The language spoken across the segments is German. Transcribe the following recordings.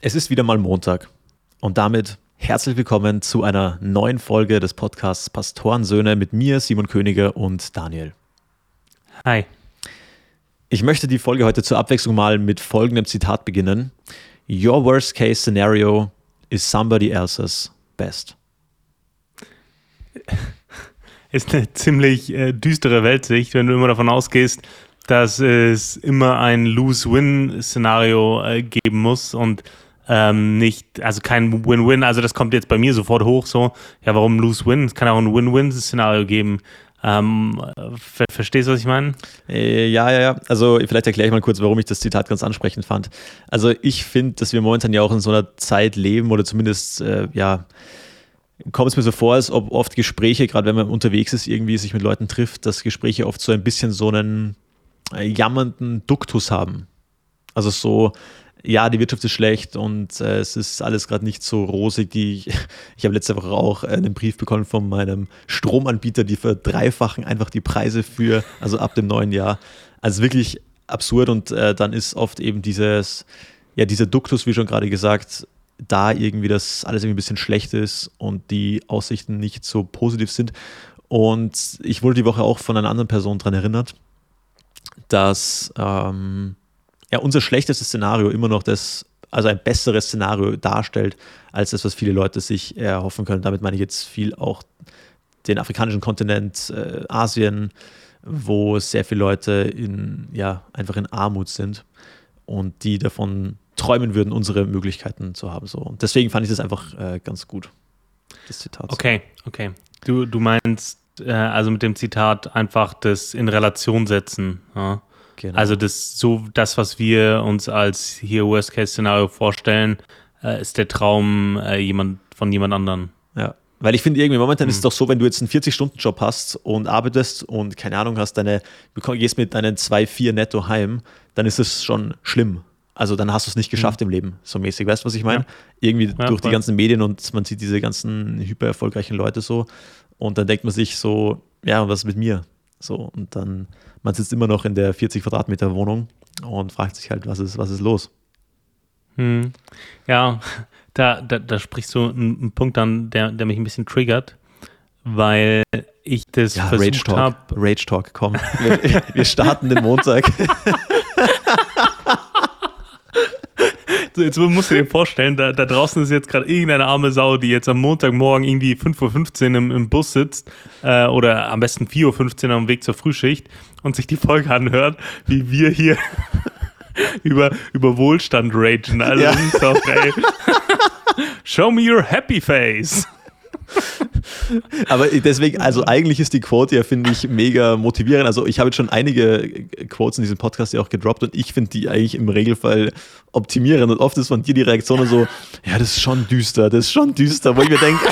Es ist wieder mal Montag und damit herzlich willkommen zu einer neuen Folge des Podcasts Pastorensöhne mit mir, Simon Könige und Daniel. Hi. Ich möchte die Folge heute zur Abwechslung mal mit folgendem Zitat beginnen. Your worst case scenario is somebody else's best. Ist eine ziemlich düstere Weltsicht, wenn du immer davon ausgehst, dass es immer ein Lose-Win-Szenario geben muss und nicht, also kein Win-Win, also das kommt jetzt bei mir sofort hoch, so, ja, warum Lose-Win? Es kann auch ein Win-Win-Szenario geben. Verstehst du, was ich meine? Ja. Also vielleicht erkläre ich mal kurz, warum ich das Zitat ganz ansprechend fand. Also ich finde, dass wir momentan ja auch in so einer Zeit leben oder zumindest, kommt es mir so vor, als ob oft Gespräche, gerade wenn man unterwegs ist, irgendwie sich mit Leuten trifft, dass Gespräche oft so ein bisschen so einen jammernden Duktus haben. Also so, ja, die Wirtschaft ist schlecht und es ist alles gerade nicht so rosig. Ich habe letzte Woche auch einen Brief bekommen von meinem Stromanbieter, die verdreifachen einfach die Preise also ab dem neuen Jahr. Also wirklich absurd und dann ist oft eben dieser Duktus, wie schon gerade gesagt, da irgendwie, dass alles irgendwie ein bisschen schlecht ist und die Aussichten nicht so positiv sind. Und ich wurde die Woche auch von einer anderen Person daran erinnert, dass unser schlechtestes Szenario immer noch also ein besseres Szenario darstellt, als das, was viele Leute sich erhoffen können. Damit meine ich jetzt viel auch den afrikanischen Kontinent, Asien, wo sehr viele Leute einfach in Armut sind und die davon träumen würden, unsere Möglichkeiten zu haben. So. Und deswegen fand ich das einfach ganz gut, das Zitat. Okay. Du meinst also mit dem Zitat einfach das in Relation setzen. Ja? Genau. Also das, was wir uns als hier Worst-Case-Szenario vorstellen, ist der Traum von jemand anderen. Ja, weil ich finde irgendwie momentan ist es doch so, wenn du jetzt einen 40-Stunden-Job hast und arbeitest und keine Ahnung hast, gehst mit deinen 2,4 netto heim, dann ist es schon schlimm. Also dann hast du es nicht geschafft im Leben, so mäßig. Weißt du, was ich meine? Ja. Irgendwie durch die ganzen Medien und man sieht diese ganzen hyper erfolgreichen Leute so und dann denkt man sich so, ja, und was ist mit mir? So, und dann, man sitzt immer noch in der 40 Quadratmeter Wohnung und fragt sich halt, was ist los? Ja, da sprichst du einen Punkt an, der mich ein bisschen triggert, weil ich das versucht habe. Rage Talk, komm. Wir starten den Montag. So, jetzt musst du dir vorstellen, da draußen ist jetzt gerade irgendeine arme Sau, die jetzt am Montagmorgen irgendwie 5.15 Uhr im Bus sitzt oder am besten 4.15 Uhr am Weg zur Frühschicht und sich die Folge anhört, wie wir hier über Wohlstand ragen. Also das ist doch, ey. Show me your happy face. Aber deswegen, also eigentlich ist die Quote ja, finde ich, mega motivierend. Also ich habe jetzt schon einige Quotes in diesem Podcast ja auch gedroppt und ich finde die eigentlich im Regelfall optimierend. Und oft ist von dir die Reaktion so, ja, das ist schon düster, wo ich mir denke...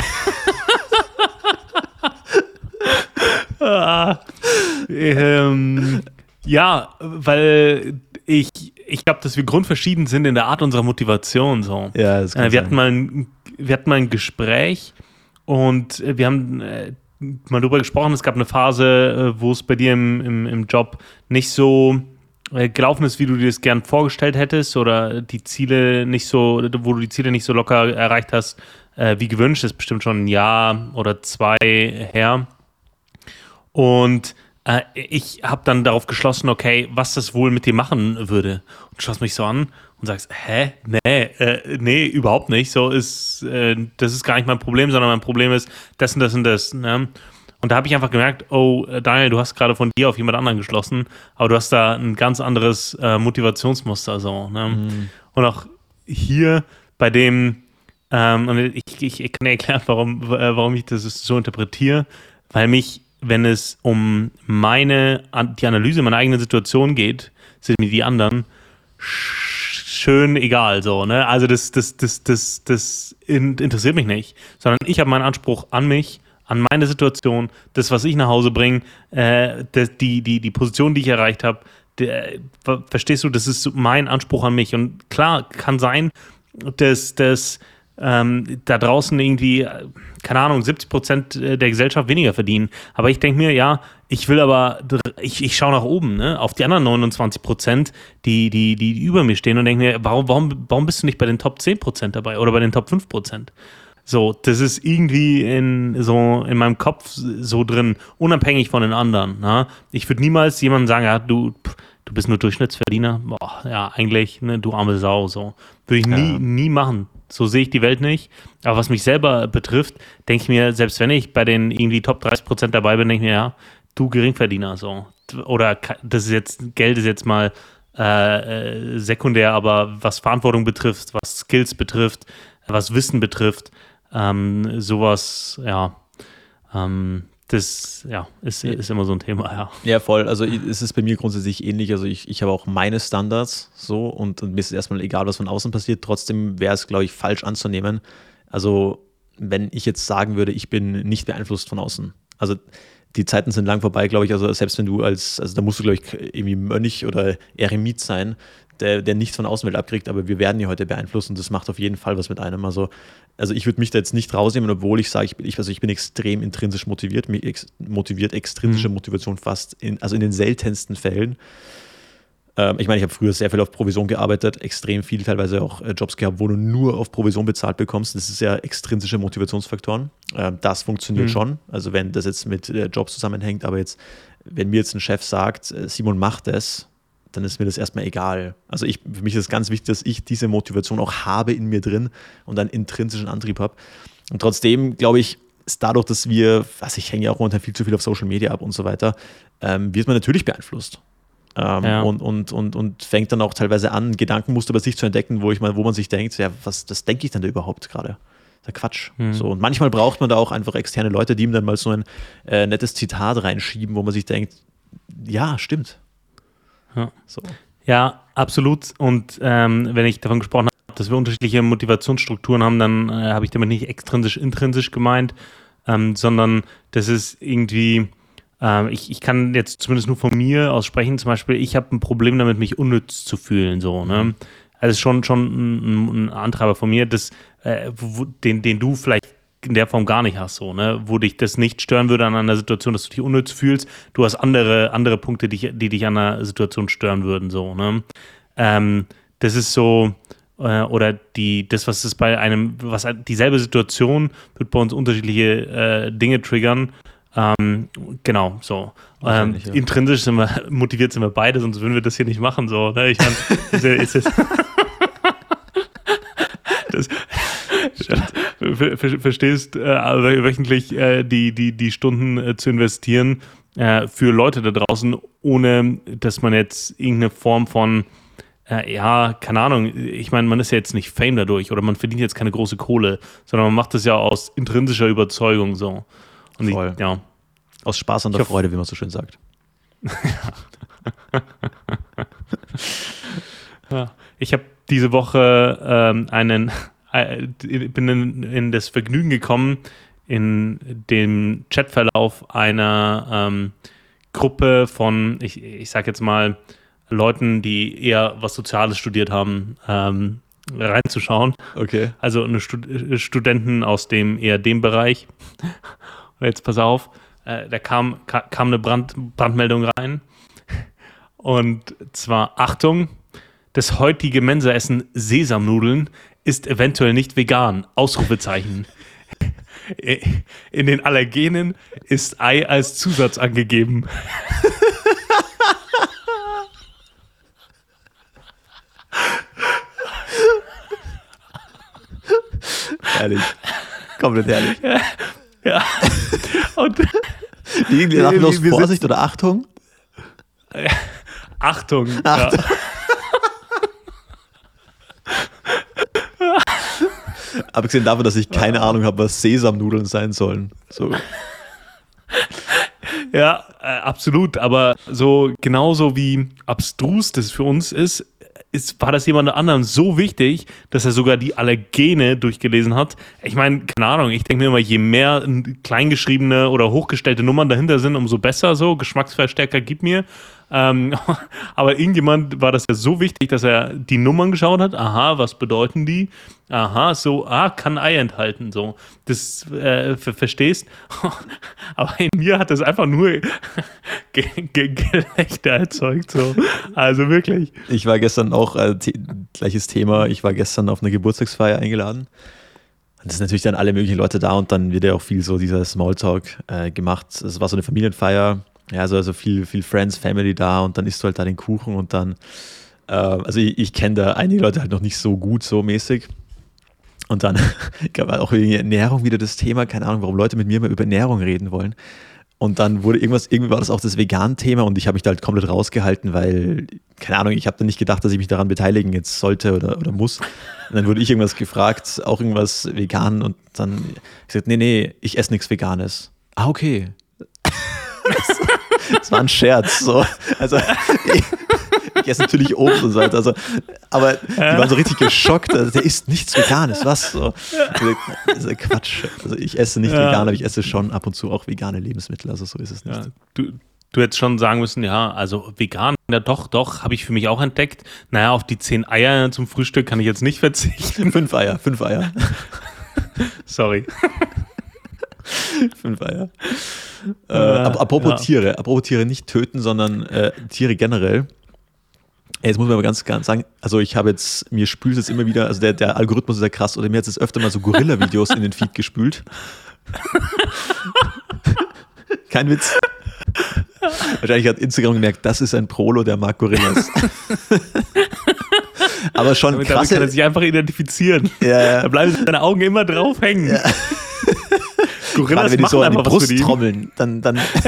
Ja, weil ich glaube, dass wir grundverschieden sind in der Art unserer Motivation. So. Ja, das kann sein. Wir hatten mal ein Gespräch und wir haben mal drüber gesprochen, es gab eine Phase, wo es bei dir im Job nicht so gelaufen ist, wie du dir das gern vorgestellt hättest oder wo du die Ziele nicht so locker erreicht hast, wie gewünscht. Das ist bestimmt schon ein Jahr oder 2 her. Und ich habe dann darauf geschlossen, okay, was das wohl mit dir machen würde. Und du schaust mich so an und sagst, nee, überhaupt nicht. Das ist gar nicht mein Problem, sondern mein Problem ist das und das und das. Ne? Und da habe ich einfach gemerkt, oh, Daniel, du hast gerade von dir auf jemand anderen geschlossen, aber du hast da ein ganz anderes Motivationsmuster. So, ne? Und auch hier bei dem, und ich kann dir erklären, warum ich das so interpretiere, weil mich, wenn es um die Analyse meiner eigenen Situation geht, sind mir die anderen schön egal, so, ne? Also das interessiert mich nicht, sondern ich habe meinen Anspruch an mich, an meine Situation, das, was ich nach Hause bringe, die Position, die ich erreicht habe, verstehst du, das ist mein Anspruch an mich. Und klar, kann sein, dass da draußen irgendwie, keine Ahnung, 70% der Gesellschaft weniger verdienen. Aber ich denke mir, ja, ich schaue nach oben, ne, auf die anderen 29%, die über mir stehen und denke mir, warum bist du nicht bei den Top 10% dabei oder bei den Top 5%? So, das ist irgendwie in meinem Kopf so drin, unabhängig von den anderen. Ne? Ich würde niemals jemandem sagen, ja, du bist nur Durchschnittsverdiener. Boah, ja, eigentlich, ne, du arme Sau. So. Würde ich nie machen. So sehe ich die Welt nicht. Aber was mich selber betrifft, denke ich mir, selbst wenn ich bei den irgendwie Top 30% dabei bin, denke ich mir, ja, du Geringverdiener. So. Oder Geld ist jetzt mal sekundär, aber was Verantwortung betrifft, was Skills betrifft, was Wissen betrifft, sowas, ja, das ist immer so ein Thema, ja. Ja, voll. Also es ist bei mir grundsätzlich ähnlich. Also ich habe auch meine Standards so und mir ist es erstmal egal, was von außen passiert. Trotzdem wäre es, glaube ich, falsch anzunehmen. Also wenn ich jetzt sagen würde, ich bin nicht beeinflusst von außen. Also die Zeiten sind lang vorbei, glaube ich. Also selbst wenn du also da musst du, glaube ich, irgendwie Mönch oder Eremit sein, der nichts von Außenwelt abkriegt, aber wir werden ja heute beeinflusst und das macht auf jeden Fall was mit einem. Also ich würde mich da jetzt nicht rausnehmen, obwohl ich sage, ich bin extrem intrinsisch motiviert. Mich motiviert extrinsische Motivation fast in den seltensten Fällen. Ich meine, ich habe früher sehr viel auf Provision gearbeitet, extrem viel, teilweise auch Jobs gehabt, wo du nur auf Provision bezahlt bekommst. Das ist ja extrinsische Motivationsfaktoren. Das funktioniert schon, also wenn das jetzt mit Jobs zusammenhängt, aber jetzt, wenn mir jetzt ein Chef sagt, Simon, mach das, dann ist mir das erstmal egal. Also für mich ist es ganz wichtig, dass ich diese Motivation auch habe in mir drin und einen intrinsischen Antrieb habe. Und trotzdem, glaube ich, ist dadurch, dass ich hänge ja auch momentan viel zu viel auf Social Media ab und so weiter, wird man natürlich beeinflusst. Und fängt dann auch teilweise an, Gedankenmuster bei sich zu entdecken, wo man sich denkt, ja, das denke ich denn da überhaupt gerade? Das ist ja Quatsch. So, und manchmal braucht man da auch einfach externe Leute, die ihm dann mal so ein nettes Zitat reinschieben, wo man sich denkt, ja, stimmt. Ja. So. Ja, absolut. Und wenn ich davon gesprochen habe, dass wir unterschiedliche Motivationsstrukturen haben, dann habe ich damit nicht extrinsisch, intrinsisch gemeint, sondern das ist irgendwie, ich kann jetzt zumindest nur von mir aus sprechen, zum Beispiel, ich habe ein Problem damit, mich unnütz zu fühlen. So, ne? Also schon ein Antreiber von mir, den du vielleicht in der Form gar nicht hast, so, ne? Wo dich das nicht stören würde an einer Situation, dass du dich unnütz fühlst. Du hast andere Punkte, die dich an einer Situation stören würden, so, ne? Das ist so, oder was ist bei dieselbe Situation wird bei uns unterschiedliche Dinge triggern. Genau, so. Intrinsisch motiviert sind wir beide, sonst würden wir das hier nicht machen, so, ne? Ich meine, ist jetzt verstehst, wöchentlich die Stunden zu investieren für Leute da draußen, ohne dass man jetzt irgendeine Form von, keine Ahnung, ich meine, man ist ja jetzt nicht Fame dadurch oder man verdient jetzt keine große Kohle, sondern man macht das ja aus intrinsischer Überzeugung so. Und voll. Aus Spaß und der Freude, wie man so schön sagt. Ja. Ich habe diese Woche bin in das Vergnügen gekommen, in dem Chatverlauf einer Gruppe von, ich sag jetzt mal, Leuten, die eher was Soziales studiert haben, reinzuschauen. Okay. Also Studenten aus dem Bereich. Und jetzt pass auf, da kam eine Brandmeldung rein. Und zwar, Achtung, das heutige Mensaessen Sesamnudeln ist eventuell nicht vegan. Ausrufezeichen. In den Allergenen ist Ei als Zusatz angegeben. Herrlich. Komplett herrlich. Ja. Und irgendwie aus Vorsicht oder Achtung? Achtung. Ja. Abgesehen davon, dass ich keine Ahnung habe, was Sesamnudeln sein sollen. So. Ja, absolut. Aber so genauso wie abstrus das für uns ist, war das jemand anderem so wichtig, dass er sogar die Allergene durchgelesen hat. Ich meine, keine Ahnung, ich denke mir immer, je mehr kleingeschriebene oder hochgestellte Nummern dahinter sind, umso besser so. Geschmacksverstärker gib mir. Aber irgendjemand war das ja so wichtig, dass er die Nummern geschaut hat. Aha, was bedeuten die? Aha, so, kann Ei enthalten. So, das verstehst. Aber in mir hat das einfach nur Gelächter erzeugt. So. Also wirklich. Ich war gestern auch, gleiches Thema, ich war gestern auf eine Geburtstagsfeier eingeladen. Und es sind natürlich dann alle möglichen Leute da und dann wird ja auch viel so dieser Smalltalk gemacht. Es war so eine Familienfeier, ja, also viel Friends, Family da und dann isst du halt da den Kuchen und dann, also ich kenne da einige Leute halt noch nicht so gut, so mäßig. Und dann gab es auch irgendwie Ernährung wieder das Thema, keine Ahnung, warum Leute mit mir mal über Ernährung reden wollen. Und dann wurde irgendwie war das auch das Vegan-Thema und ich habe mich da halt komplett rausgehalten, weil, keine Ahnung, ich habe da nicht gedacht, dass ich mich daran beteiligen jetzt sollte oder muss. Und dann wurde ich irgendwas gefragt, auch irgendwas vegan und dann gesagt, nee, ich esse nichts Veganes. Ah, okay. Das war ein Scherz. So. Also ich esse natürlich Obst und so weiter. Also, aber die waren so richtig geschockt. Also, der isst nichts Veganes. Was? So. Das ist Quatsch. Also ich esse nicht vegan, aber ich esse schon ab und zu auch vegane Lebensmittel. Also so ist es nicht. Ja, du hättest schon sagen müssen, ja, also vegan, ja doch, habe ich für mich auch entdeckt. Naja, auf die 10 Eier zum Frühstück kann ich jetzt nicht verzichten. 5 Eier. Sorry. 5 Eier. Apropos Tiere nicht töten, sondern Tiere generell. Jetzt muss man aber ganz sagen, also mir spült es immer wieder, also der Algorithmus ist ja krass, oder mir hat es öfter mal so Gorilla-Videos in den Feed gespült. Kein Witz. Wahrscheinlich hat Instagram gemerkt, das ist ein Prolo, der mag Gorillas. Aber schon damit krasse... kann er sich einfach identifizieren. Ja. Da bleiben seine Augen immer drauf hängen. Ja. Gorillas gerade wenn die so an die einfach Brust trommeln, dann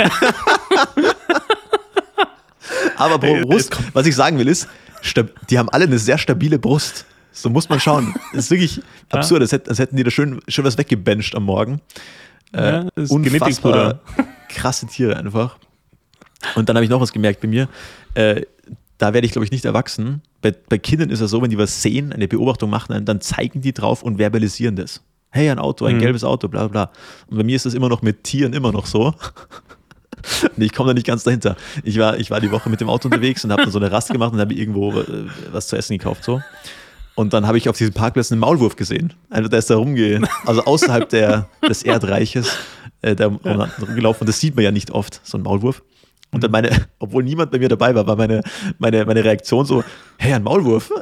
aber Brust, was ich sagen will ist, die haben alle eine sehr stabile Brust. So muss man schauen. Das ist wirklich absurd, als hätten die da schön was weggebencht am Morgen. Das ist unfassbar krasse Tiere einfach. Und dann habe ich noch was gemerkt bei mir. Da werde ich, glaube ich, nicht erwachsen. Bei Kindern ist es so, wenn die was sehen, eine Beobachtung machen, dann zeigen die drauf und verbalisieren das. Hey, ein Auto, ein gelbes Auto, bla bla. Und bei mir ist das immer noch mit Tieren immer noch so. Und ich komme da nicht ganz dahinter. Ich war die Woche mit dem Auto unterwegs und habe dann so eine Rast gemacht und habe irgendwo was zu essen gekauft. So. Und dann habe ich auf diesem Parkplatz einen Maulwurf gesehen. Also der ist da also außerhalb des Erdreiches da rumgelaufen. Und das sieht man ja nicht oft, so ein Maulwurf. Und dann obwohl niemand bei mir dabei war meine Reaktion so, hey, ein Maulwurf.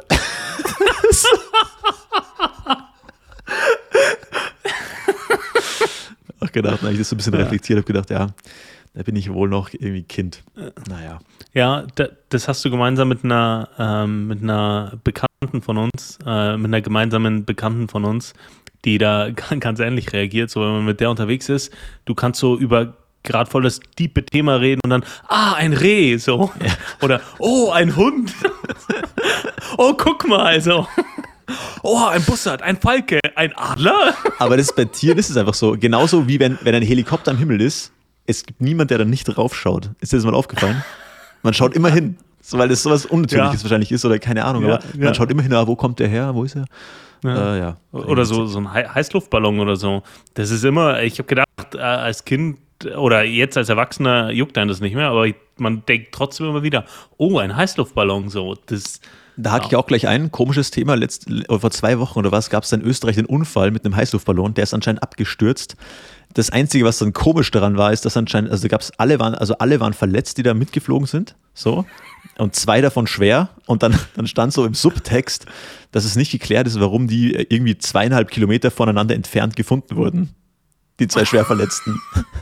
Auch gedacht, dann habe ich das so ein bisschen reflektiert, habe gedacht, ja, da bin ich wohl noch irgendwie Kind. Naja. Ja, das hast du gemeinsam mit einer Bekannten von uns, mit einer gemeinsamen Bekannten von uns, die da ganz ähnlich reagiert, so wenn man mit der unterwegs ist. Du kannst so über gerade voll das tiefe Thema reden und dann, ein Reh, so. Ja. Oder, ein Hund. Oh, guck mal, so. Oh, ein Bussard, ein Falke, ein Adler. Aber bei Tieren ist es einfach so. Genauso wie wenn ein Helikopter am Himmel ist, es gibt niemand, der da nicht drauf schaut. Ist dir das mal aufgefallen? Man schaut immer hin, so, weil das sowas Unnatürliches wahrscheinlich ist oder keine Ahnung. Aber man schaut immer hin, wo kommt der her, wo ist er? Ja. Oder so ein Heißluftballon oder so. Das ist immer, ich habe gedacht, als Kind oder jetzt als Erwachsener juckt einen das nicht mehr, aber man denkt trotzdem immer wieder, ein Heißluftballon, so. Da hake ich auch gleich ein, komisches Thema, vor 2 Wochen oder was, gab es in Österreich einen Unfall mit einem Heißluftballon, der ist anscheinend abgestürzt. Das Einzige, was dann komisch daran war, ist, dass anscheinend, also alle waren verletzt, die da mitgeflogen sind, so, und 2 davon schwer, und dann stand so im Subtext, dass es nicht geklärt ist, warum die irgendwie 2,5 Kilometer voneinander entfernt gefunden wurden, die 2 Schwerverletzten.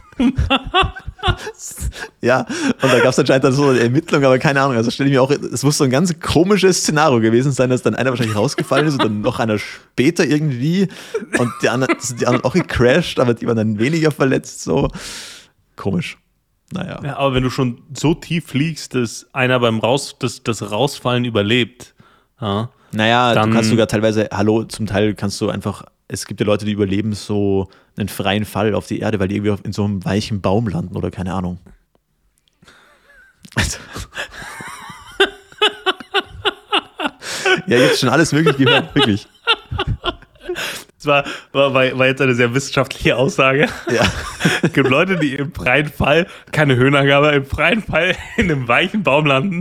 Ja, und da gab es anscheinend dann so eine Ermittlung, aber keine Ahnung, also stelle ich mir auch, es muss so ein ganz komisches Szenario gewesen sein, dass dann einer wahrscheinlich rausgefallen ist und dann noch einer später irgendwie und die anderen auch gecrashed, aber die waren dann weniger verletzt, so komisch. Naja. Ja, aber wenn du schon so tief fliegst, dass einer das Rausfallen überlebt, ja, naja, du kannst sogar teilweise, zum Teil kannst du einfach, es gibt ja Leute, die überleben so einen freien Fall auf die Erde, weil die irgendwie in so einem weichen Baum landen oder keine Ahnung. Also. Ja, jetzt schon alles möglich gehört, wirklich. Das war jetzt eine sehr wissenschaftliche Aussage. Ja. Es gibt Leute, die im freien Fall, keine Höhenangabe, im freien Fall in einem weichen Baum landen.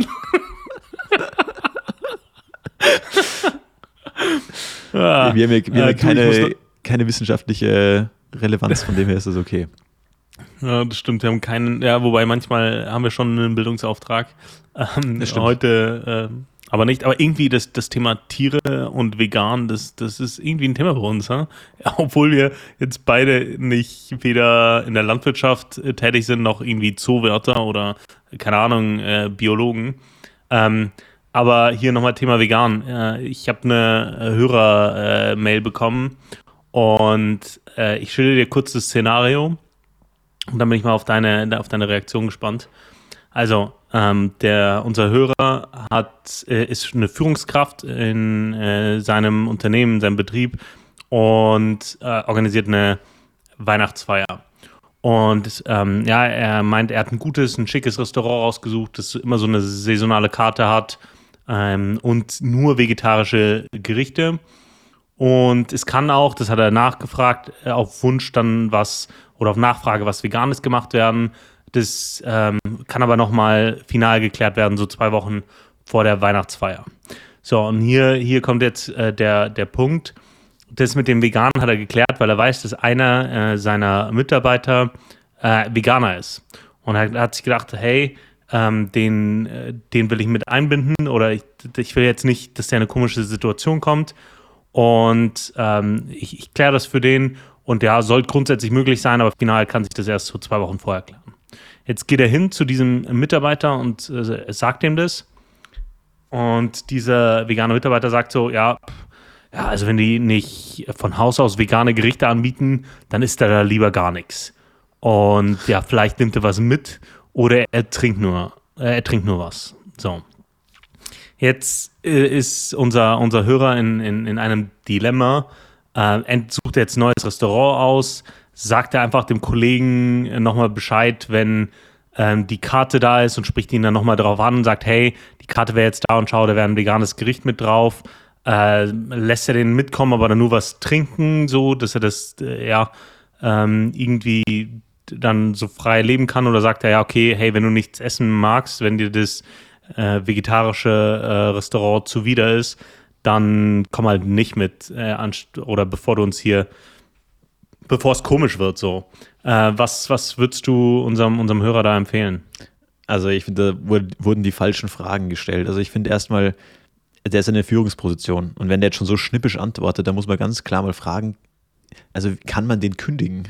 Wir haben ja keine wissenschaftliche Relevanz, von dem her ist das okay. Ja, das stimmt, wir haben keinen, ja, wobei manchmal haben wir schon einen Bildungsauftrag. Heute aber nicht, aber irgendwie das Thema Tiere und vegan, das ist irgendwie ein Thema bei uns, ja? Obwohl wir jetzt beide nicht weder in der Landwirtschaft tätig sind, noch irgendwie Zoowärter oder, keine Ahnung, Biologen. Aber hier nochmal Thema vegan. Ich habe eine Hörer-Mail bekommen und ich schilder dir kurz das Szenario und dann bin ich mal auf deine Reaktion gespannt. Also, unser Hörer ist eine Führungskraft in seinem Unternehmen, in seinem Betrieb und organisiert eine Weihnachtsfeier. Und er meint, er hat ein schickes Restaurant rausgesucht, das immer so eine saisonale Karte hat und nur vegetarische Gerichte. Und es kann auch, das hat er nachgefragt, auf Wunsch dann oder auf Nachfrage was Veganes gemacht werden. Das kann aber nochmal final geklärt werden, so 2 Wochen vor der Weihnachtsfeier. So, und hier kommt jetzt der Punkt. Das mit dem Veganen hat er geklärt, weil er weiß, dass einer seiner Mitarbeiter Veganer ist. Und er hat sich gedacht, hey, den will ich mit einbinden oder ich will jetzt nicht, dass der in eine komische Situation kommt. Und ich kläre das für den und ja, soll grundsätzlich möglich sein, aber final kann sich das erst so 2 Wochen vorher klären. Jetzt geht er hin zu diesem Mitarbeiter und sagt ihm das. Und dieser vegane Mitarbeiter sagt so, ja, also wenn die nicht von Haus aus vegane Gerichte anbieten, dann isst er da lieber gar nichts. Und ja, vielleicht nimmt er was mit oder er trinkt nur was. So. Jetzt ist unser Hörer in einem Dilemma. Sucht er jetzt ein neues Restaurant aus, sagt er einfach dem Kollegen nochmal Bescheid, wenn die Karte da ist und spricht ihn dann nochmal drauf an und sagt, hey, die Karte wäre jetzt da und schau, da wäre ein veganes Gericht mit drauf. Lässt er den mitkommen, aber dann nur was trinken, so, dass er das irgendwie dann so frei leben kann, oder sagt er, ja, okay, hey, wenn du nichts essen magst, wenn dir das vegetarische Restaurant zuwider ist, dann komm halt nicht mit oder bevor es komisch wird, so. Was würdest du unserem Hörer da empfehlen? Also ich finde, da wurden die falschen Fragen gestellt. Also ich finde erstmal, der ist in der Führungsposition und wenn der jetzt schon so schnippisch antwortet, dann muss man ganz klar mal fragen, also kann man den kündigen?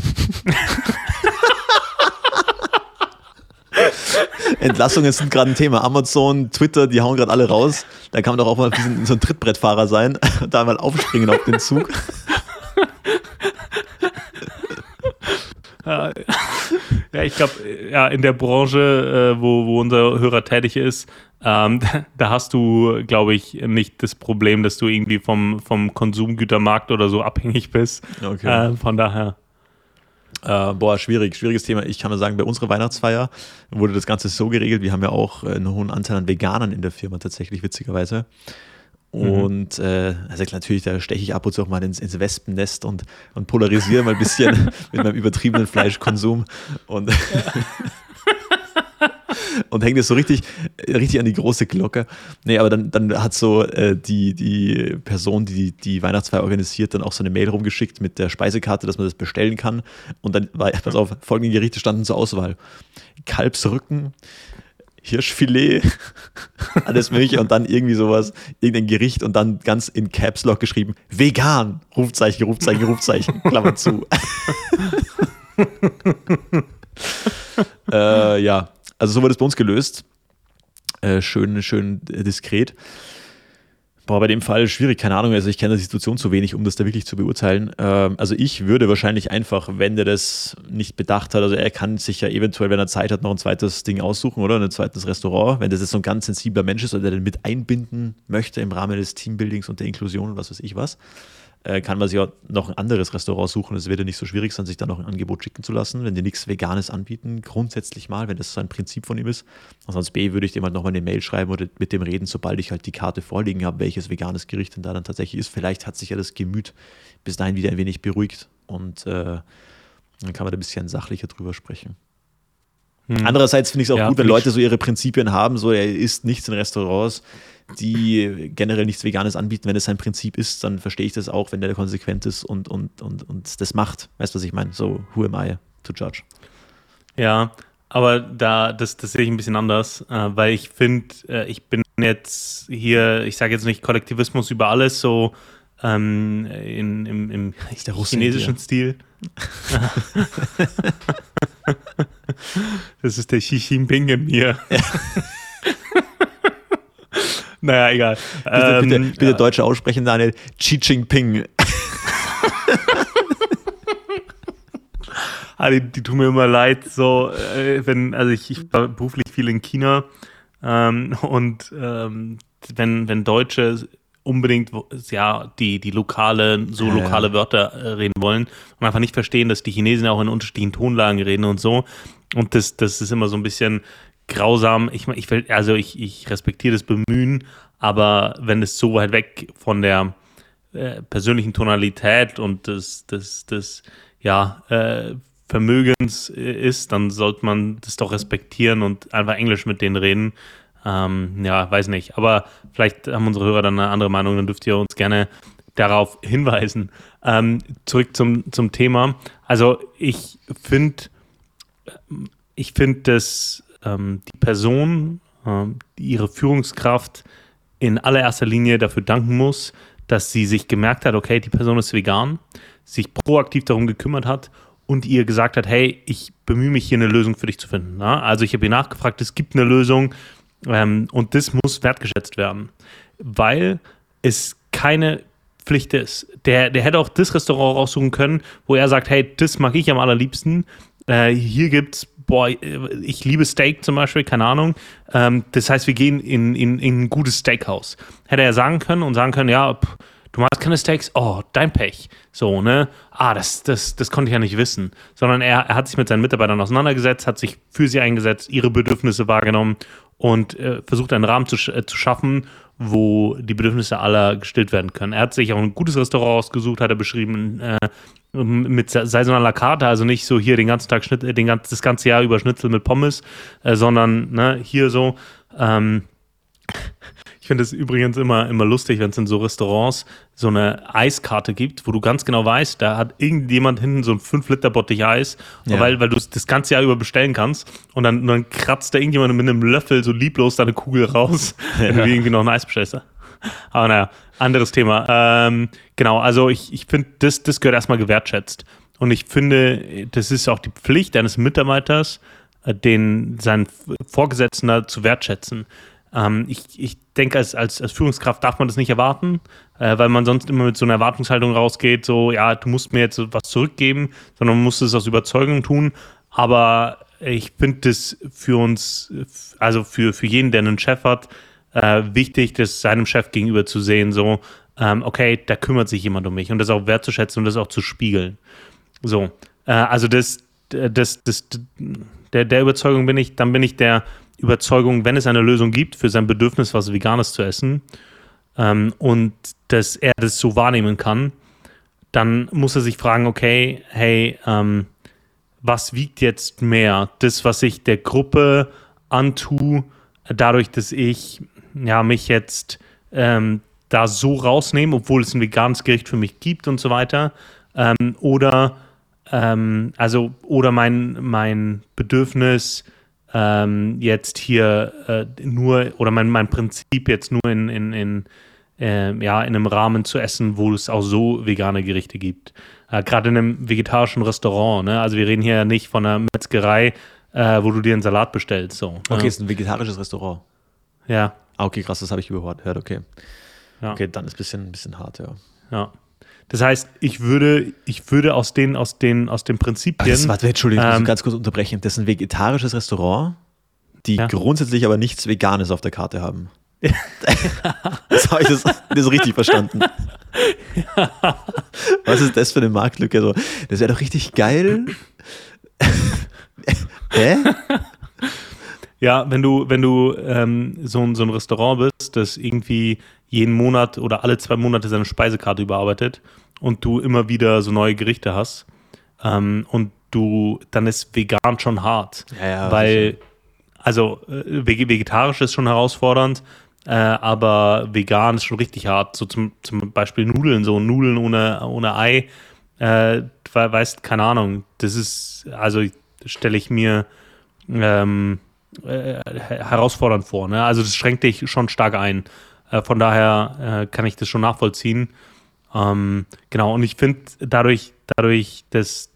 Entlassungen sind gerade ein Thema. Amazon, Twitter, die hauen gerade alle raus. Da kann man doch auch mal so ein Trittbrettfahrer sein und da mal aufspringen auf den Zug. Ja, ich glaube, ja, in der Branche, wo unser Hörer tätig ist, da hast du, glaube ich, nicht das Problem, dass du irgendwie vom Konsumgütermarkt oder so abhängig bist. Okay. Von daher. Schwieriges Thema. Ich kann nur sagen, bei unserer Weihnachtsfeier wurde das Ganze so geregelt, wir haben ja auch einen hohen Anteil an Veganern in der Firma tatsächlich, witzigerweise. Und also natürlich, da steche ich ab und zu auch mal ins Wespennest und polarisiere mal ein bisschen mit meinem übertriebenen Fleischkonsum und und hängt es so richtig an die große Glocke. Nee, aber dann hat so die Person, die Weihnachtsfeier organisiert, dann auch so eine Mail rumgeschickt mit der Speisekarte, dass man das bestellen kann. Und dann war, pass auf, folgende Gerichte standen zur Auswahl: Kalbsrücken, Hirschfilet, alles mögliche und dann irgendwie sowas, irgendein Gericht und dann ganz in Caps Lock geschrieben, vegan, Rufzeichen, Klammer zu. Ja, also so wurde es bei uns gelöst. Schön diskret. Boah, bei dem Fall schwierig, keine Ahnung, also ich kenne die Situation zu wenig, um das da wirklich zu beurteilen. Also ich würde wahrscheinlich einfach, wenn der das nicht bedacht hat, also er kann sich ja eventuell, wenn er Zeit hat, noch ein zweites Ding aussuchen, oder? Ein zweites Restaurant, wenn das jetzt so ein ganz sensibler Mensch ist oder der den mit einbinden möchte im Rahmen des Teambuildings und der Inklusion und was weiß ich was. kann man sich auch noch ein anderes Restaurant suchen. Es wird ja nicht so schwierig sein, sich dann noch ein Angebot schicken zu lassen, wenn die nichts Veganes anbieten, grundsätzlich mal, wenn das so ein Prinzip von ihm ist. Ansonsten B, würde ich dem halt nochmal eine Mail schreiben oder mit dem reden, sobald ich halt die Karte vorliegen habe, welches veganes Gericht denn da dann tatsächlich ist. Vielleicht hat sich ja das Gemüt bis dahin wieder ein wenig beruhigt und dann kann man da ein bisschen sachlicher drüber sprechen. Andererseits finde ich es auch gut, wenn Leute so ihre Prinzipien haben, so er isst nichts in Restaurants, die generell nichts Veganes anbieten. Wenn es sein Prinzip ist, dann verstehe ich das auch, wenn der konsequent ist und das macht. Weißt du, was ich meine? So, who am I to judge? Ja, aber das sehe ich ein bisschen anders, weil ich finde, ich bin jetzt hier, ich sage jetzt nicht Kollektivismus über alles, so im chinesischen Stil. Das ist der Xi Jinping in mir. Ja. Naja, egal. Bitte Deutsche aussprechen, Daniel. Xi Jinping. Die tun mir immer leid, so, ich war beruflich viel in China wenn Deutsche unbedingt die lokale Wörter reden wollen und einfach nicht verstehen, dass die Chinesen auch in unterschiedlichen Tonlagen reden und so. Und das ist immer so ein bisschen grausam. Ich respektiere das Bemühen, aber wenn es so weit weg von der persönlichen Tonalität und des Vermögens ist, dann sollte man das doch respektieren und einfach Englisch mit denen reden. Weiß nicht. Aber vielleicht haben unsere Hörer dann eine andere Meinung, dann dürft ihr uns gerne darauf hinweisen. Zurück zum Thema. Also ich finde, dass die Person, ihre Führungskraft in allererster Linie dafür danken muss, dass sie sich gemerkt hat, okay, die Person ist vegan, sich proaktiv darum gekümmert hat und ihr gesagt hat, hey, ich bemühe mich hier eine Lösung für dich zu finden. Na? Also ich habe ihr nachgefragt, es gibt eine Lösung, und das muss wertgeschätzt werden, weil es keine Pflicht ist. Der hätte auch das Restaurant raussuchen können, wo er sagt, hey, das mag ich am allerliebsten. Hier gibt's, ich liebe Steak zum Beispiel, keine Ahnung. Das heißt, wir gehen in ein gutes Steakhouse. Hätte er sagen können, ja, du magst keine Steaks? Oh, dein Pech. So, ne? Das konnte ich ja nicht wissen. Sondern er hat sich mit seinen Mitarbeitern auseinandergesetzt, hat sich für sie eingesetzt, ihre Bedürfnisse wahrgenommen und versucht, einen Rahmen zu schaffen, wo die Bedürfnisse aller gestillt werden können. Er hat sich auch ein gutes Restaurant ausgesucht, hat er beschrieben, mit saisonaler Karte, also nicht so hier den ganzen Tag das ganze Jahr über Schnitzel mit Pommes, sondern hier so. Ich finde es übrigens immer lustig, wenn es in so Restaurants so eine Eiskarte gibt, wo du ganz genau weißt, da hat irgendjemand hinten so ein 5-Liter-Bottich Eis, weil du es das ganze Jahr über bestellen kannst und dann kratzt da irgendjemand mit einem Löffel so lieblos deine Kugel raus, wenn du irgendwie noch ein Eis bestellst. Aber naja, anderes Thema. Genau, also ich finde, das gehört erstmal gewertschätzt. Und ich finde, das ist auch die Pflicht eines Mitarbeiters, seinen Vorgesetzten zu wertschätzen. Ich denke, als Führungskraft darf man das nicht erwarten, weil man sonst immer mit so einer Erwartungshaltung rausgeht, so, ja, du musst mir jetzt was zurückgeben, sondern man muss es aus Überzeugung tun. Aber ich finde das für uns, also für jeden, der einen Chef hat, wichtig, das seinem Chef gegenüber zu sehen, so, okay, da kümmert sich jemand um mich und das auch wertzuschätzen und das auch zu spiegeln. So, also der Überzeugung bin ich der Überzeugung, wenn es eine Lösung gibt für sein Bedürfnis, was Veganes zu essen, und dass er das so wahrnehmen kann, dann muss er sich fragen, okay, hey, was wiegt jetzt mehr? Das, was ich der Gruppe antue, dadurch, dass ich mich jetzt da so rausnehme, obwohl es ein veganes Gericht für mich gibt und so weiter, oder mein Bedürfnis jetzt hier oder mein Prinzip jetzt nur in einem Rahmen zu essen, wo es auch so vegane Gerichte gibt. Gerade in einem vegetarischen Restaurant, ne? Also wir reden hier nicht von einer Metzgerei, wo du dir einen Salat bestellst. So, okay, es ist ein vegetarisches Restaurant. Ja. Okay, krass, das habe ich gehört, okay. Ja. Okay, dann ist ein bisschen hart, ja. Ja. Das heißt, ich würde aus den Prinzipien. Entschuldigung, ich muss ganz kurz unterbrechen. Das ist ein vegetarisches Restaurant, die grundsätzlich aber nichts Veganes auf der Karte haben. Das habe ich das richtig verstanden. Was ist das für eine Marktlücke? So, das wäre doch richtig geil. Hä? Ja, wenn du so ein Restaurant bist, das irgendwie jeden Monat oder alle 2 Monate seine Speisekarte überarbeitet und du immer wieder so neue Gerichte hast und dann ist vegan schon hart. Ja, weil, also vegetarisch ist schon herausfordernd, aber vegan ist schon richtig hart. So zum Beispiel Nudeln ohne Ei, weißt, keine Ahnung, das ist, also stelle ich mir herausfordernd vor. Ne? Also das schränkt dich schon stark ein. Von daher kann ich das schon nachvollziehen. Genau, und ich finde dadurch, dass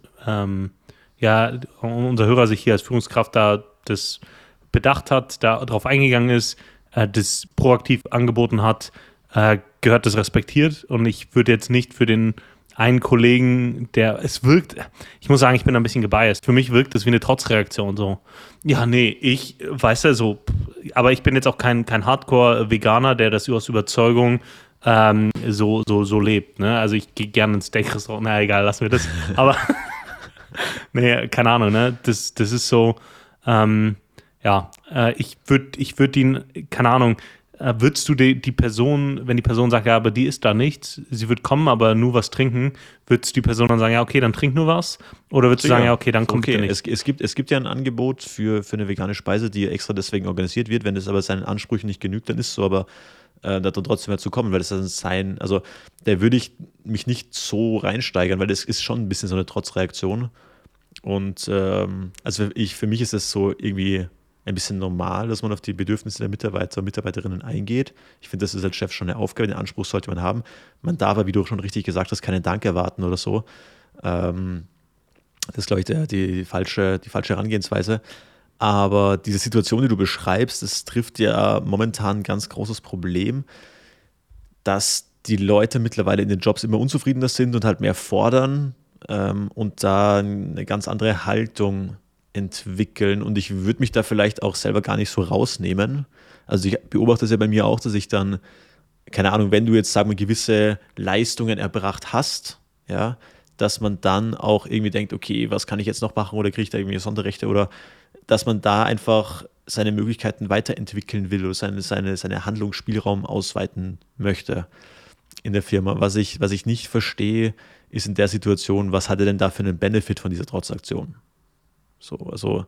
unser Hörer sich hier als Führungskraft da das bedacht hat, da drauf eingegangen ist, das proaktiv angeboten hat, gehört das respektiert. Und ich würde jetzt nicht für den einen Kollegen, es wirkt, ich muss sagen, ich bin ein bisschen gebiased. Für mich wirkt das wie eine Trotzreaktion so. Ja, nee, ich weiß ja so, aber ich bin jetzt auch kein Hardcore-Veganer, der das aus Überzeugung so lebt. Ne? Also ich gehe gerne ins Steak-Restaurant, na egal, lassen wir das. Aber nee, keine Ahnung, ne? Das ist so, ich würde ihn, keine Ahnung, würdest du die Person, wenn die Person sagt, ja, aber die isst da nichts, sie wird kommen, aber nur was trinken, würdest du die Person dann sagen, ja, okay, dann trink nur was? Oder würdest du sagen, ja, okay, dann kommt okay, nichts? Es gibt ja ein Angebot für eine vegane Speise, die extra deswegen organisiert wird. Wenn es aber seinen Ansprüchen nicht genügt, dann ist es so, aber da dann trotzdem dazu kommen, weil das dann also da würde ich mich nicht so reinsteigern, weil das ist schon ein bisschen so eine Trotzreaktion. Und für mich ist das so irgendwie ein bisschen normal, dass man auf die Bedürfnisse der Mitarbeiter und Mitarbeiterinnen eingeht. Ich finde, das ist als Chef schon eine Aufgabe, den Anspruch sollte man haben. Man darf aber, wie du schon richtig gesagt hast, keinen Dank erwarten oder so. Das ist, glaube ich, die falsche Herangehensweise. Aber diese Situation, die du beschreibst, das trifft ja momentan ein ganz großes Problem, dass die Leute mittlerweile in den Jobs immer unzufriedener sind und halt mehr fordern und da eine ganz andere Haltung entwickeln. Und ich würde mich da vielleicht auch selber gar nicht so rausnehmen. Also ich beobachte es ja bei mir auch, dass ich dann, keine Ahnung, wenn du jetzt, sagen wir, gewisse Leistungen erbracht hast, ja, dass man dann auch irgendwie denkt, okay, was kann ich jetzt noch machen oder kriege ich da irgendwie Sonderrechte oder dass man da einfach seine Möglichkeiten weiterentwickeln will oder seine Handlungsspielraum ausweiten möchte in der Firma. Was ich nicht verstehe, ist in der Situation, was hat er denn da für einen Benefit von dieser Trotzaktion? Also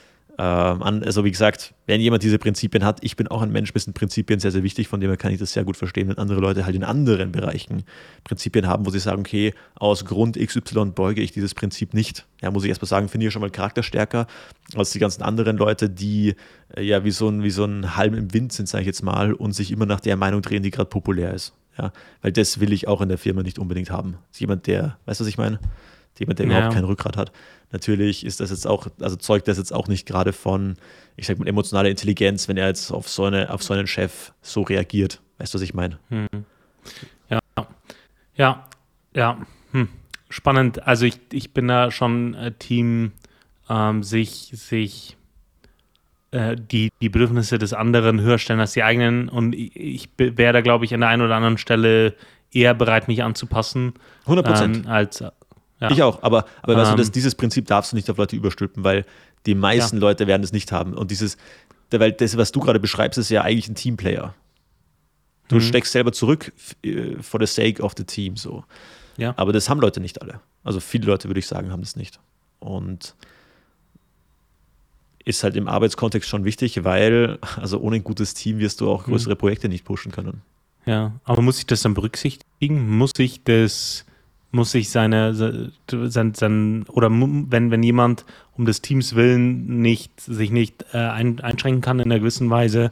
wie gesagt, wenn jemand diese Prinzipien hat, ich bin auch ein Mensch, mir sind Prinzipien sehr, sehr wichtig, von dem her kann ich das sehr gut verstehen, wenn andere Leute halt in anderen Bereichen Prinzipien haben, wo sie sagen, okay, aus Grund XY beuge ich dieses Prinzip nicht. Ja, muss ich erstmal sagen, finde ich schon mal charakterstärker als die ganzen anderen Leute, die wie so ein Halm im Wind sind, sage ich jetzt mal, und sich immer nach der Meinung drehen, die gerade populär ist. Ja, weil das will ich auch in der Firma nicht unbedingt haben. Jemand, der, weißt du, was ich meine? Jemand, der überhaupt kein Rückgrat hat. Natürlich ist das jetzt auch, also zeugt das jetzt auch nicht gerade von, ich sag mal, emotionaler Intelligenz, wenn er jetzt auf so einen Chef so reagiert. Weißt du, was ich meine? Ja. Spannend. Also ich bin da schon Team, sich die Bedürfnisse des anderen höher stellen als die eigenen. Und ich wäre da, glaube ich, an der einen oder anderen Stelle eher bereit, mich anzupassen. 100%. Ja. Ich auch, aber weißt du, dieses Prinzip darfst du nicht auf Leute überstülpen, weil die meisten Leute werden es nicht haben. Und weil das, was du gerade beschreibst, ist ja eigentlich ein Teamplayer. Du steckst selber zurück for the sake of the team, so. Ja. Aber das haben Leute nicht alle. Also viele Leute, würde ich sagen, haben das nicht. Und ist halt im Arbeitskontext schon wichtig, weil also ohne ein gutes Team wirst du auch größere Projekte nicht pushen können. Ja, aber muss ich das dann berücksichtigen? Wenn jemand um des Teams willen sich nicht einschränken kann in einer gewissen Weise,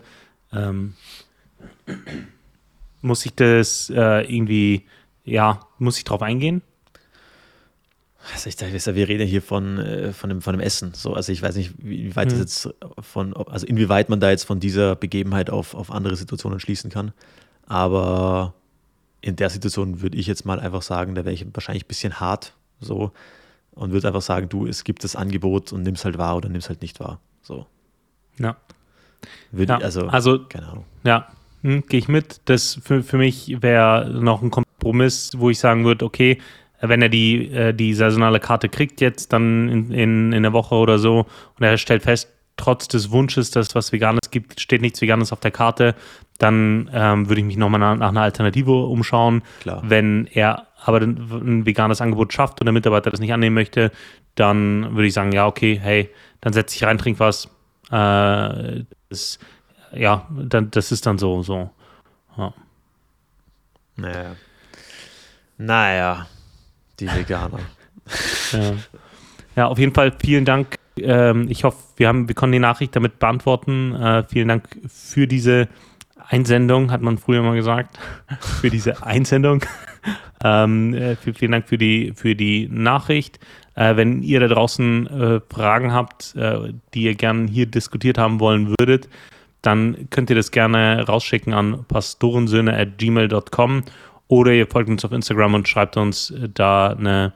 muss ich das muss ich drauf eingehen? Also wir reden hier von einem Essen. So, also ich weiß nicht, wie weit das jetzt inwieweit man da jetzt von dieser Begebenheit auf andere Situationen schließen kann. Aber in der Situation würde ich jetzt mal einfach sagen, da wäre ich wahrscheinlich ein bisschen hart so und würde einfach sagen, du, es gibt das Angebot und nimm es halt wahr oder nimm es halt nicht wahr. So. Ja. Also keine Ahnung. Ja, gehe ich mit. Das für mich wäre noch ein Kompromiss, wo ich sagen würde, okay, wenn er die saisonale Karte kriegt jetzt dann in der Woche oder so und er stellt fest, trotz des Wunsches, dass es was Veganes gibt, steht nichts Veganes auf der Karte, dann würde ich mich nochmal nach einer Alternative umschauen. Klar. Wenn er aber ein veganes Angebot schafft und der Mitarbeiter das nicht annehmen möchte, dann würde ich sagen, ja, okay, hey, dann setz dich rein, trink was. Das ist dann so. Ja. Naja, die Veganer. Ja, auf jeden Fall vielen Dank. Ich hoffe, wir konnten die Nachricht damit beantworten. Vielen Dank für diese Einsendung, hat man früher mal gesagt. Für diese Einsendung. Vielen Dank für die Nachricht. Wenn ihr da draußen Fragen habt, die ihr gerne hier diskutiert haben wollen würdet, dann könnt ihr das gerne rausschicken an pastorensöhne@gmail.com oder ihr folgt uns auf Instagram und schreibt uns da eine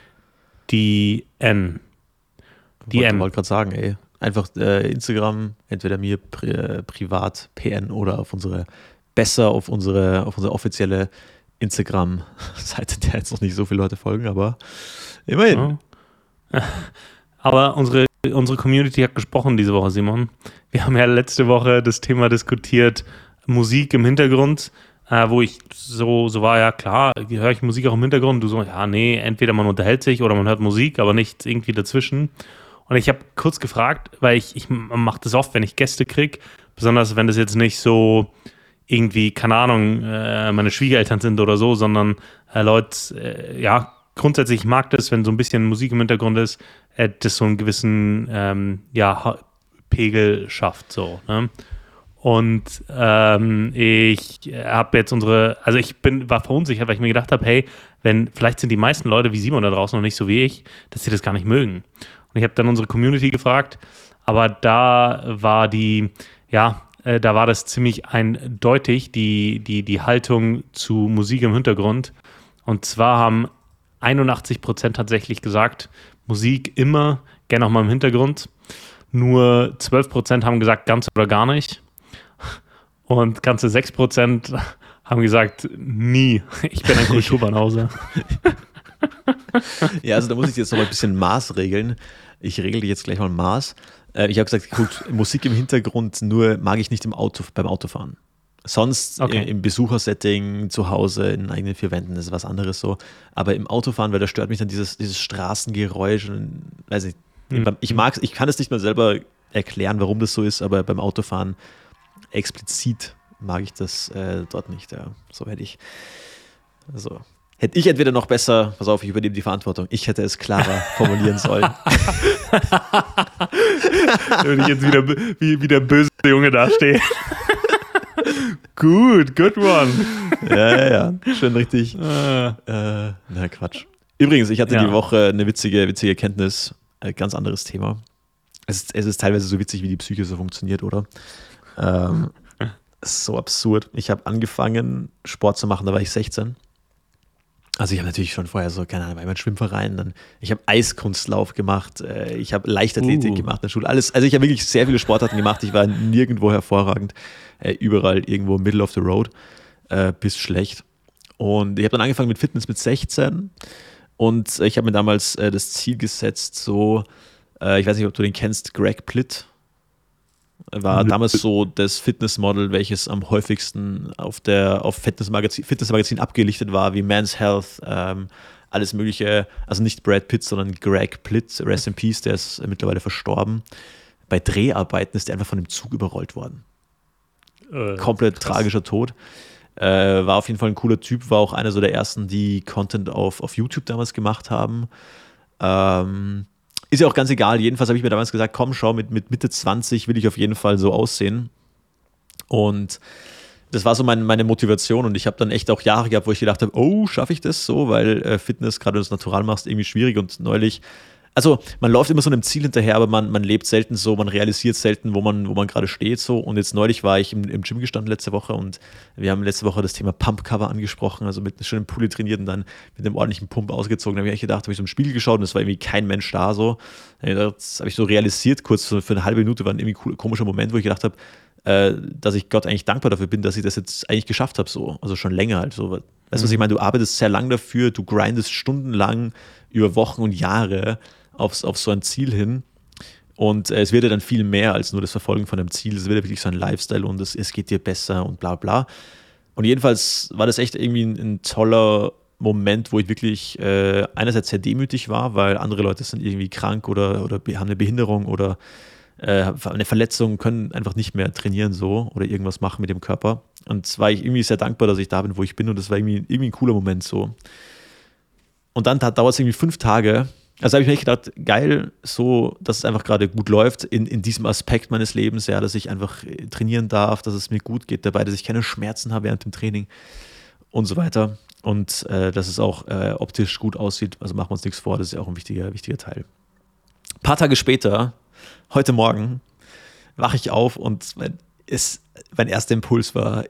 DN. Ich wollte gerade sagen, ey. Einfach Instagram, entweder mir privat, PN oder auf unsere offizielle Instagram-Seite, der jetzt noch nicht so viele Leute folgen, aber immerhin. Ja. Aber unsere Community hat gesprochen diese Woche, Simon. Wir haben ja letzte Woche das Thema diskutiert, Musik im Hintergrund, wo ich so war, ja klar, höre ich Musik auch im Hintergrund? Du so, ja, nee, entweder man unterhält sich oder man hört Musik, aber nicht irgendwie dazwischen. Und ich habe kurz gefragt, weil ich mache das oft, wenn ich Gäste kriege, besonders wenn das jetzt nicht so irgendwie, keine Ahnung, meine Schwiegereltern sind oder so, sondern Leute, grundsätzlich mag das, wenn so ein bisschen Musik im Hintergrund ist, das so einen gewissen Pegel schafft, so, ne? Und ich habe jetzt war verunsichert, weil ich mir gedacht habe, hey, vielleicht sind die meisten Leute wie Simon da draußen noch nicht so wie ich, dass sie das gar nicht mögen. Und ich habe dann unsere Community gefragt, aber da war das ziemlich eindeutig, die Haltung zu Musik im Hintergrund. Und zwar haben 81% tatsächlich gesagt, Musik immer, gerne auch mal im Hintergrund. Nur 12% haben gesagt, ganz oder gar nicht. Und ganze 6% haben gesagt, nie. Ich bin ein Kulturbanause. Ja, also da muss ich jetzt noch mal ein bisschen Maß regeln. Ich regle jetzt gleich mal Maß. Ich habe gesagt, gut, Musik im Hintergrund mag ich nicht beim Autofahren. Sonst im Besuchersetting, zu Hause, in eigenen vier Wänden, das ist was anderes so. Aber im Autofahren, weil da stört mich dann dieses Straßengeräusch. Und, weiß nicht, ich kann es nicht mal selber erklären, warum das so ist, aber beim Autofahren explizit mag ich das dort nicht. Ja. So hätte ich entweder noch besser, pass auf, ich übernehme die Verantwortung, ich hätte es klarer formulieren sollen. Wenn ich jetzt wie der böse Junge dastehe. Good one. Ja, schön richtig. Quatsch. Übrigens, ich hatte die Woche eine witzige Erkenntnis, ganz anderes Thema. Es ist teilweise so witzig, wie die Psyche so funktioniert, oder? So absurd. Ich habe angefangen, Sport zu machen, da war ich 16. Also ich habe natürlich schon vorher so, keine Ahnung, war immer ein Schwimmverein, ich habe Eiskunstlauf gemacht, ich habe Leichtathletik gemacht in der Schule, alles. Also ich habe wirklich sehr viele Sportarten gemacht, ich war nirgendwo hervorragend, überall irgendwo middle of the road, bis schlecht. Und ich habe dann angefangen mit Fitness mit 16 und ich habe mir damals das Ziel gesetzt, so, ich weiß nicht, ob du den kennst, Greg Plitt. War damals so das Fitnessmodel, welches am häufigsten auf Fitnessmagazin abgelichtet war, wie Men's Health, alles mögliche. Also nicht Brad Pitt, sondern Greg Plitt, Rest in Peace, der ist mittlerweile verstorben. Bei Dreharbeiten ist der einfach von dem Zug überrollt worden. Komplett tragischer Tod. War auf jeden Fall ein cooler Typ, war auch einer so der ersten, die Content auf YouTube damals gemacht haben. Ist ja auch ganz egal. Jedenfalls habe ich mir damals gesagt, komm, schau, mit Mitte 20 will ich auf jeden Fall so aussehen. Und das war so meine Motivation. Und ich habe dann echt auch Jahre gehabt, wo ich gedacht habe, oh, schaffe ich das so? Weil Fitness, gerade wenn du es natural machst, irgendwie schwierig. Und neulich Also man läuft immer so einem Ziel hinterher, aber man lebt selten so, man realisiert selten, wo man gerade steht so. Und jetzt neulich war ich im Gym gestanden letzte Woche und wir haben letzte Woche das Thema Pump-Cover angesprochen, also mit einem schönen Pulli trainiert und dann mit einem ordentlichen Pump ausgezogen. Da habe ich eigentlich gedacht, habe ich so im Spiegel geschaut und es war irgendwie kein Mensch da so. Das habe ich so realisiert, kurz so für eine halbe Minute war ein irgendwie komischer Moment, wo ich gedacht habe, dass ich Gott eigentlich dankbar dafür bin, dass ich das jetzt eigentlich geschafft habe so. Also schon länger halt so. Weißt du, was ich meine? Du arbeitest sehr lang dafür, du grindest stundenlang über Wochen und Jahre auf so ein Ziel hin. Und es wird ja dann viel mehr als nur das Verfolgen von einem Ziel. Es wird ja wirklich so ein Lifestyle und es geht dir besser und bla bla. Und jedenfalls war das echt irgendwie ein toller Moment, wo ich wirklich einerseits sehr demütig war, weil andere Leute sind irgendwie krank oder haben eine Behinderung oder eine Verletzung, können einfach nicht mehr trainieren so oder irgendwas machen mit dem Körper. Und war ich irgendwie sehr dankbar, dass ich da bin, wo ich bin. Und das war irgendwie ein cooler Moment so. Und dann dauert es irgendwie 5 Tage. Also habe ich mir echt gedacht, geil, so, dass es einfach gerade gut läuft in diesem Aspekt meines Lebens, ja, dass ich einfach trainieren darf, dass es mir gut geht dabei, dass ich keine Schmerzen habe während dem Training und so weiter. Und dass es auch optisch gut aussieht. Also machen wir uns nichts vor, das ist ja auch ein wichtiger Teil. Ein paar Tage später, heute Morgen, wache ich auf und mein erster Impuls war,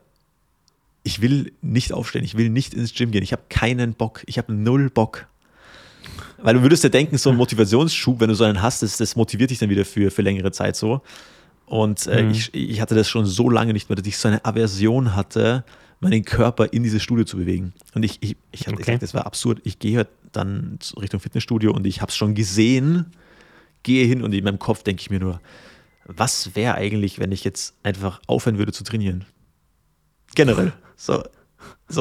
ich will nicht aufstehen, ich will nicht ins Gym gehen, ich habe keinen Bock, ich habe 0 Bock. Weil du würdest ja denken, so ein Motivationsschub, wenn du so einen hast, das motiviert dich dann wieder für längere Zeit so. Und ich hatte das schon so lange nicht mehr, dass ich so eine Aversion hatte, meinen Körper in dieses Studio zu bewegen. Und ich hatte gesagt, das war absurd. Ich gehe dann Richtung Fitnessstudio und ich habe es schon gesehen, gehe hin und in meinem Kopf denke ich mir nur, was wäre eigentlich, wenn ich jetzt einfach aufhören würde zu trainieren? Generell. So. Ich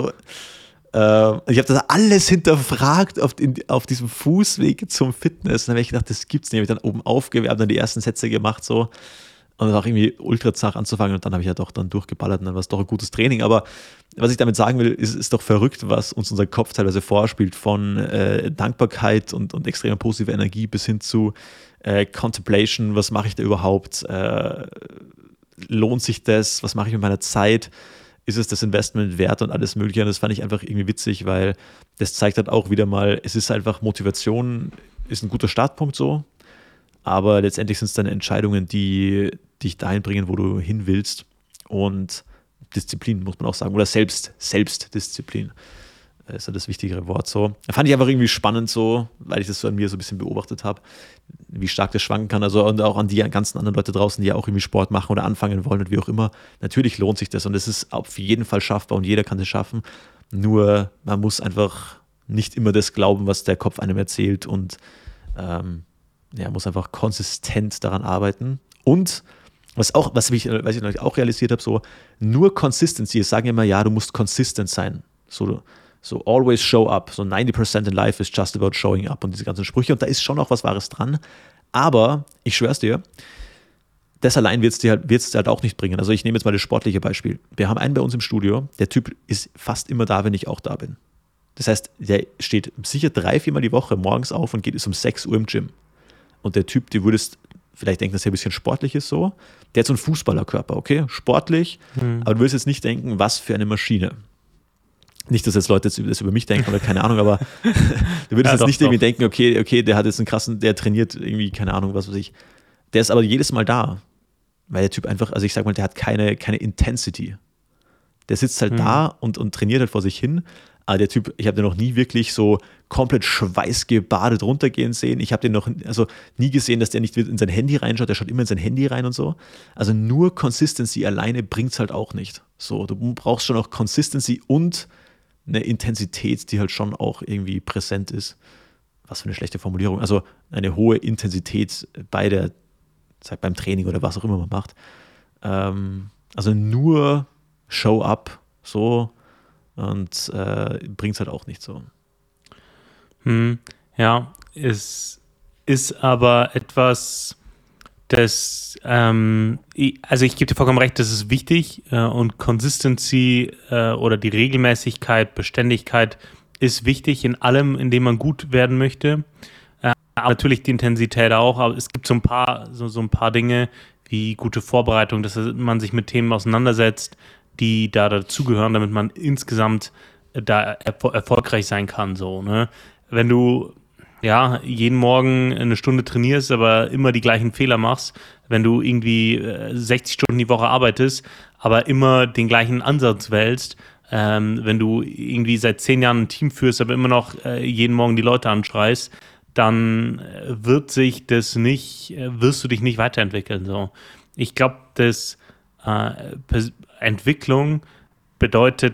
habe das alles hinterfragt auf diesem Fußweg zum Fitness. Und dann habe ich gedacht, das gibt's nicht. Ich habe dann oben aufgewärmt, dann die ersten Sätze gemacht so. Und dann auch irgendwie ultra zart anzufangen. Und dann habe ich ja doch dann durchgeballert und dann war es doch ein gutes Training. Aber was ich damit sagen will, ist doch verrückt, was uns unser Kopf teilweise vorspielt. Von Dankbarkeit und extremer positiver Energie bis hin zu Contemplation. Was mache ich da überhaupt? Lohnt sich das? Was mache ich mit meiner Zeit? Ist es das Investment wert und alles Mögliche? Und das fand ich einfach irgendwie witzig, weil das zeigt halt auch wieder mal, es ist einfach Motivation, ist ein guter Startpunkt so, aber letztendlich sind es dann Entscheidungen, die dich dahin bringen, wo du hin willst, und Disziplin, muss man auch sagen, oder Selbstdisziplin ist ja das wichtigere Wort so. Da fand ich einfach irgendwie spannend so, weil ich das so an mir so ein bisschen beobachtet habe, wie stark das schwanken kann. Also und auch an die ganzen anderen Leute draußen, die ja auch irgendwie Sport machen oder anfangen wollen und wie auch immer. Natürlich lohnt sich das und es ist auf jeden Fall schaffbar und jeder kann das schaffen. Nur man muss einfach nicht immer das glauben, was der Kopf einem erzählt, und muss einfach konsistent daran arbeiten. Und was ich noch auch realisiert habe, so nur Consistency, es sagen immer, ja, du musst consistent sein. So always show up, so 90% in life is just about showing up und diese ganzen Sprüche, und da ist schon auch was Wahres dran, aber ich schwör's dir, das allein wird's dir halt auch nicht bringen. Also ich nehme jetzt mal das sportliche Beispiel. Wir haben einen bei uns im Studio, der Typ ist fast immer da, wenn ich auch da bin. Das heißt, der steht sicher 3-4 Mal die Woche morgens auf und ist um 6 Uhr im Gym. Und der Typ, du würdest vielleicht denken, dass er ein bisschen sportlich ist so, der hat so einen Fußballerkörper, okay, sportlich, aber du würdest jetzt nicht denken, was für eine Maschine. Nicht, dass jetzt Leute das über mich denken oder keine Ahnung, aber du würdest jetzt nicht irgendwie denken, okay, der hat jetzt einen krassen, der trainiert irgendwie, keine Ahnung, was weiß ich. Der ist aber jedes Mal da, weil der Typ einfach, also ich sag mal, der hat keine Intensity. Der sitzt halt da und trainiert halt vor sich hin, aber der Typ, ich habe den noch nie wirklich so komplett schweißgebadet runtergehen sehen. Ich habe den nie gesehen, dass der nicht in sein Handy reinschaut, der schaut immer in sein Handy rein und so. Also nur Consistency alleine bringt es halt auch nicht. So, du brauchst schon auch Consistency und eine Intensität, die halt schon auch irgendwie präsent ist. Was für eine schlechte Formulierung. Also eine hohe Intensität beim Training oder was auch immer man macht. Also nur Show up so und bringt es halt auch nicht so. Ja, es ist aber etwas, das, also ich gebe dir vollkommen recht, das ist wichtig und Consistency oder die Regelmäßigkeit, Beständigkeit ist wichtig in allem, in dem man gut werden möchte. Aber natürlich die Intensität auch, aber es gibt so ein paar Dinge wie gute Vorbereitung, dass man sich mit Themen auseinandersetzt, die da dazugehören, damit man insgesamt da erfolgreich sein kann. So, ne? Wenn du ja, jeden Morgen eine Stunde trainierst, aber immer die gleichen Fehler machst, wenn du irgendwie 60 Stunden die Woche arbeitest, aber immer den gleichen Ansatz wählst, wenn du irgendwie seit 10 Jahren ein Team führst, aber immer noch jeden Morgen die Leute anschreist, dann wirst du dich nicht weiterentwickeln. So. Ich glaube, dass Entwicklung bedeutet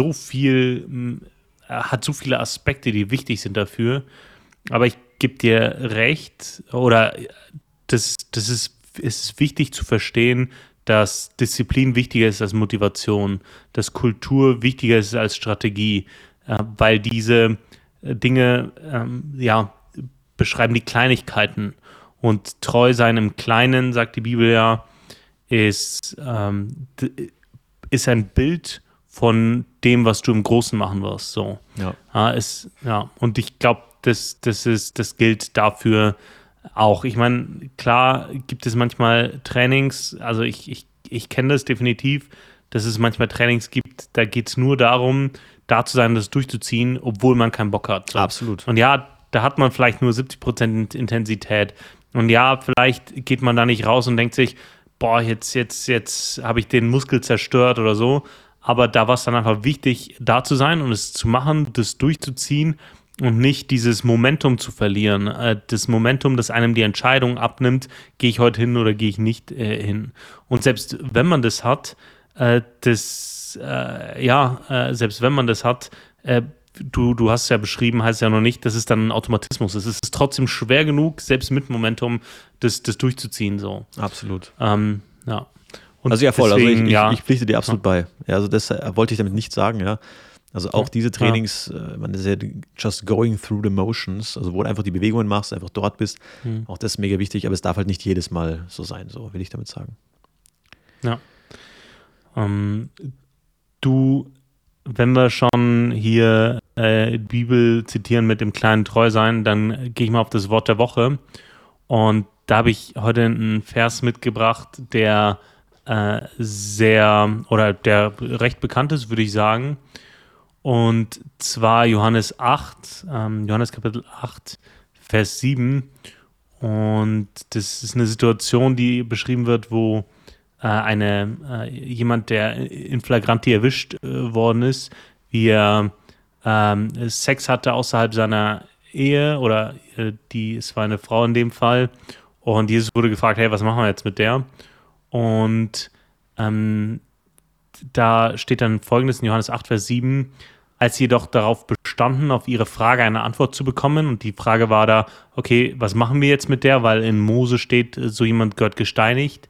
hat so viele Aspekte, die wichtig sind dafür. Aber ich gebe dir recht, oder es ist wichtig zu verstehen, dass Disziplin wichtiger ist als Motivation, dass Kultur wichtiger ist als Strategie, weil diese Dinge beschreiben die Kleinigkeiten. Und treu sein im Kleinen, sagt die Bibel ja, ist ein Bild von dem, was du im Großen machen wirst. So. Ja. Und ich glaube, das gilt dafür auch. Ich meine, klar gibt es manchmal Trainings, also ich kenne das definitiv, dass es manchmal Trainings gibt, da geht es nur darum, da zu sein, das durchzuziehen, obwohl man keinen Bock hat. So. Absolut. Und ja, da hat man vielleicht nur 70% Intensität. Und ja, vielleicht geht man da nicht raus und denkt sich, boah, jetzt habe ich den Muskel zerstört oder so. Aber da war es dann einfach wichtig, da zu sein und es zu machen, das durchzuziehen und nicht dieses Momentum zu verlieren. Das Momentum, das einem die Entscheidung abnimmt, gehe ich heute hin oder gehe ich nicht hin. Und selbst wenn man das hat, selbst wenn man das hat, du hast es ja beschrieben, heißt es ja noch nicht, das ist dann ein Automatismus. Es ist trotzdem schwer genug, selbst mit Momentum, das durchzuziehen. So. Absolut. Ja. Und also ja, voll. Deswegen, ich pflichte dir absolut bei. Ja, also das wollte ich damit nicht sagen, ja. Also auch diese Trainings, man ist ja just going through the motions, also wo du einfach die Bewegungen machst, einfach dort bist, auch das ist mega wichtig, aber es darf halt nicht jedes Mal so sein, so will ich damit sagen. Ja. Wenn wir schon hier die Bibel zitieren mit dem kleinen Treusein, dann gehe ich mal auf das Wort der Woche. Und da habe ich heute einen Vers mitgebracht, der der recht bekannt ist, würde ich sagen. Und zwar Johannes Kapitel 8, Vers 7. Und das ist eine Situation, die beschrieben wird, wo jemand, der in Flagranti erwischt worden ist, wie er Sex hatte außerhalb seiner Ehe, oder es war eine Frau in dem Fall, und Jesus wurde gefragt, hey, was machen wir jetzt mit der? Und da steht dann Folgendes in Johannes 8, Vers 7, als sie jedoch darauf bestanden, auf ihre Frage eine Antwort zu bekommen, und die Frage war da, okay, was machen wir jetzt mit der, weil in Mose steht, so jemand gehört gesteinigt,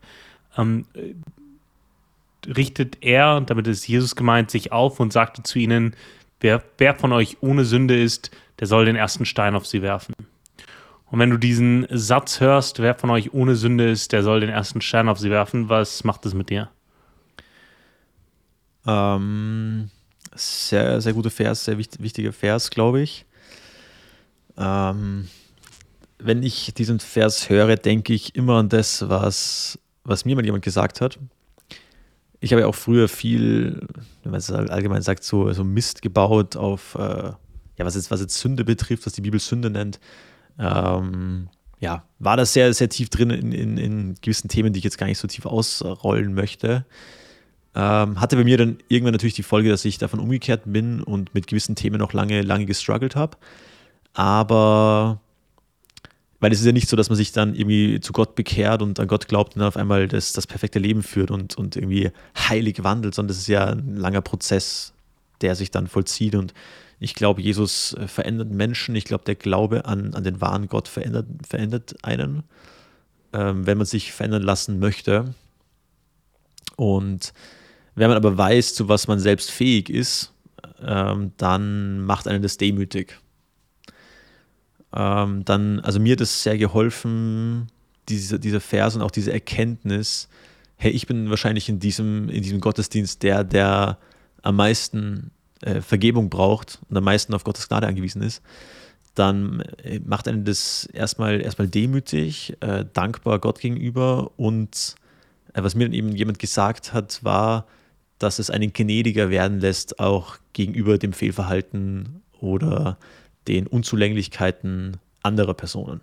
richtet er, damit ist Jesus gemeint, sich auf und sagte zu ihnen, wer von euch ohne Sünde ist, der soll den ersten Stein auf sie werfen. Und wenn du diesen Satz hörst, wer von euch ohne Sünde ist, der soll den ersten Stein auf sie werfen, was macht das mit dir? Sehr, sehr guter Vers, sehr wichtiger Vers, glaube ich. Wenn ich diesen Vers höre, denke ich immer an das, was mir mal jemand gesagt hat. Ich habe ja auch früher viel, wenn man es allgemein sagt, so Mist gebaut auf, was jetzt Sünde betrifft, was die Bibel Sünde nennt. War das sehr, sehr tief drin in gewissen Themen, die ich jetzt gar nicht so tief ausrollen möchte. Hatte bei mir dann irgendwann natürlich die Folge, dass ich davon umgekehrt bin und mit gewissen Themen noch lange gestruggelt habe. Aber weil es ist ja nicht so, dass man sich dann irgendwie zu Gott bekehrt und an Gott glaubt und dann auf einmal das perfekte Leben führt und irgendwie heilig wandelt, sondern das ist ja ein langer Prozess, der sich dann vollzieht. Und ich glaube, Jesus verändert Menschen. Ich glaube, der Glaube an den wahren Gott verändert einen, wenn man sich verändern lassen möchte. Und wenn man aber weiß, zu was man selbst fähig ist, dann macht einen das demütig. Also mir hat es sehr geholfen, dieser Vers und auch diese Erkenntnis, hey, ich bin wahrscheinlich in diesem Gottesdienst der am meisten Vergebung braucht und am meisten auf Gottes Gnade angewiesen ist. Dann macht einen das erstmal demütig, dankbar Gott gegenüber, und was mir dann eben jemand gesagt hat, war, dass es einen gnädiger werden lässt, auch gegenüber dem Fehlverhalten oder den Unzulänglichkeiten anderer Personen.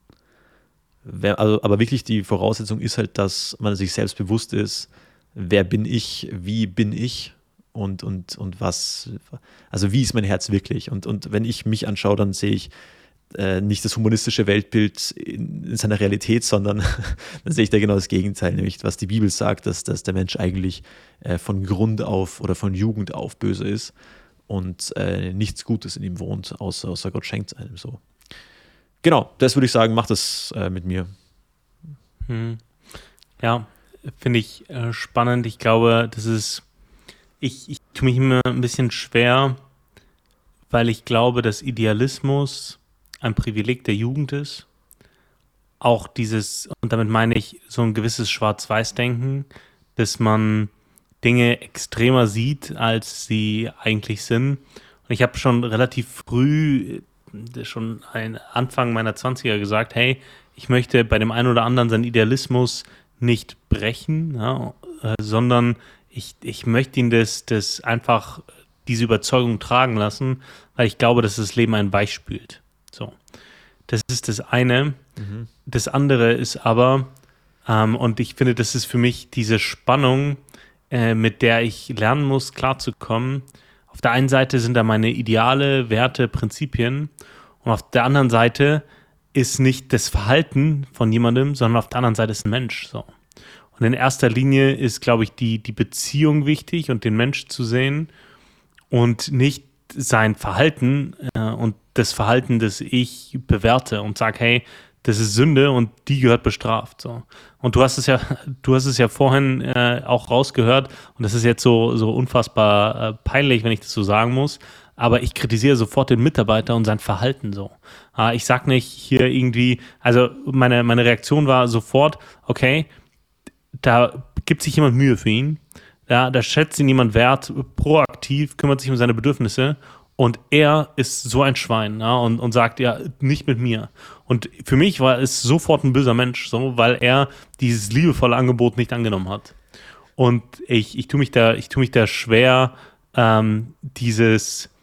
Aber wirklich die Voraussetzung ist halt, dass man sich selbst bewusst ist, wer bin ich, wie bin ich und was, also wie ist mein Herz wirklich? Und wenn ich mich anschaue, dann sehe ich nicht das humanistische Weltbild in seiner Realität, sondern dann sehe ich da genau das Gegenteil, nämlich was die Bibel sagt, dass der Mensch eigentlich von Grund auf oder von Jugend auf böse ist und nichts Gutes in ihm wohnt, außer Gott schenkt es einem so. Genau, das würde ich sagen, macht das mit mir. Ja, finde ich spannend. Ich glaube, ich tue mich immer ein bisschen schwer, weil ich glaube, dass Idealismus ein Privileg der Jugend ist. Auch und damit meine ich so ein gewisses Schwarz-Weiß-Denken, dass man Dinge extremer sieht, als sie eigentlich sind. Und ich habe schon relativ früh, schon Anfang meiner 20er gesagt, hey, ich möchte bei dem einen oder anderen seinen Idealismus nicht brechen, ja, sondern ich möchte ihn das einfach diese Überzeugung tragen lassen, weil ich glaube, dass das Leben einen weichspült. So. Das ist das eine. Das andere ist aber, und ich finde, das ist für mich diese Spannung, mit der ich lernen muss, klarzukommen. Auf der einen Seite sind da meine Ideale, Werte, Prinzipien und auf der anderen Seite ist nicht das Verhalten von jemandem, sondern auf der anderen Seite ist ein Mensch. So. Und in erster Linie ist, glaube ich, die Beziehung wichtig und den Mensch zu sehen und nicht sein Verhalten und das Verhalten, das ich bewerte und sage, hey, das ist Sünde und die gehört bestraft. So. Und du hast es ja vorhin auch rausgehört und das ist jetzt so unfassbar peinlich, wenn ich das so sagen muss, aber ich kritisiere sofort den Mitarbeiter und sein Verhalten so. Ich sag nicht hier irgendwie, also meine Reaktion war sofort, okay, da gibt sich jemand Mühe für ihn, ja, da schätzt ihn jemand wert, proaktiv, kümmert sich um seine Bedürfnisse und er ist so ein Schwein, ja, und sagt, ja, nicht mit mir. Und für mich war es sofort ein böser Mensch, so, weil er dieses liebevolle Angebot nicht angenommen hat. Und ich tue mich da schwer, diese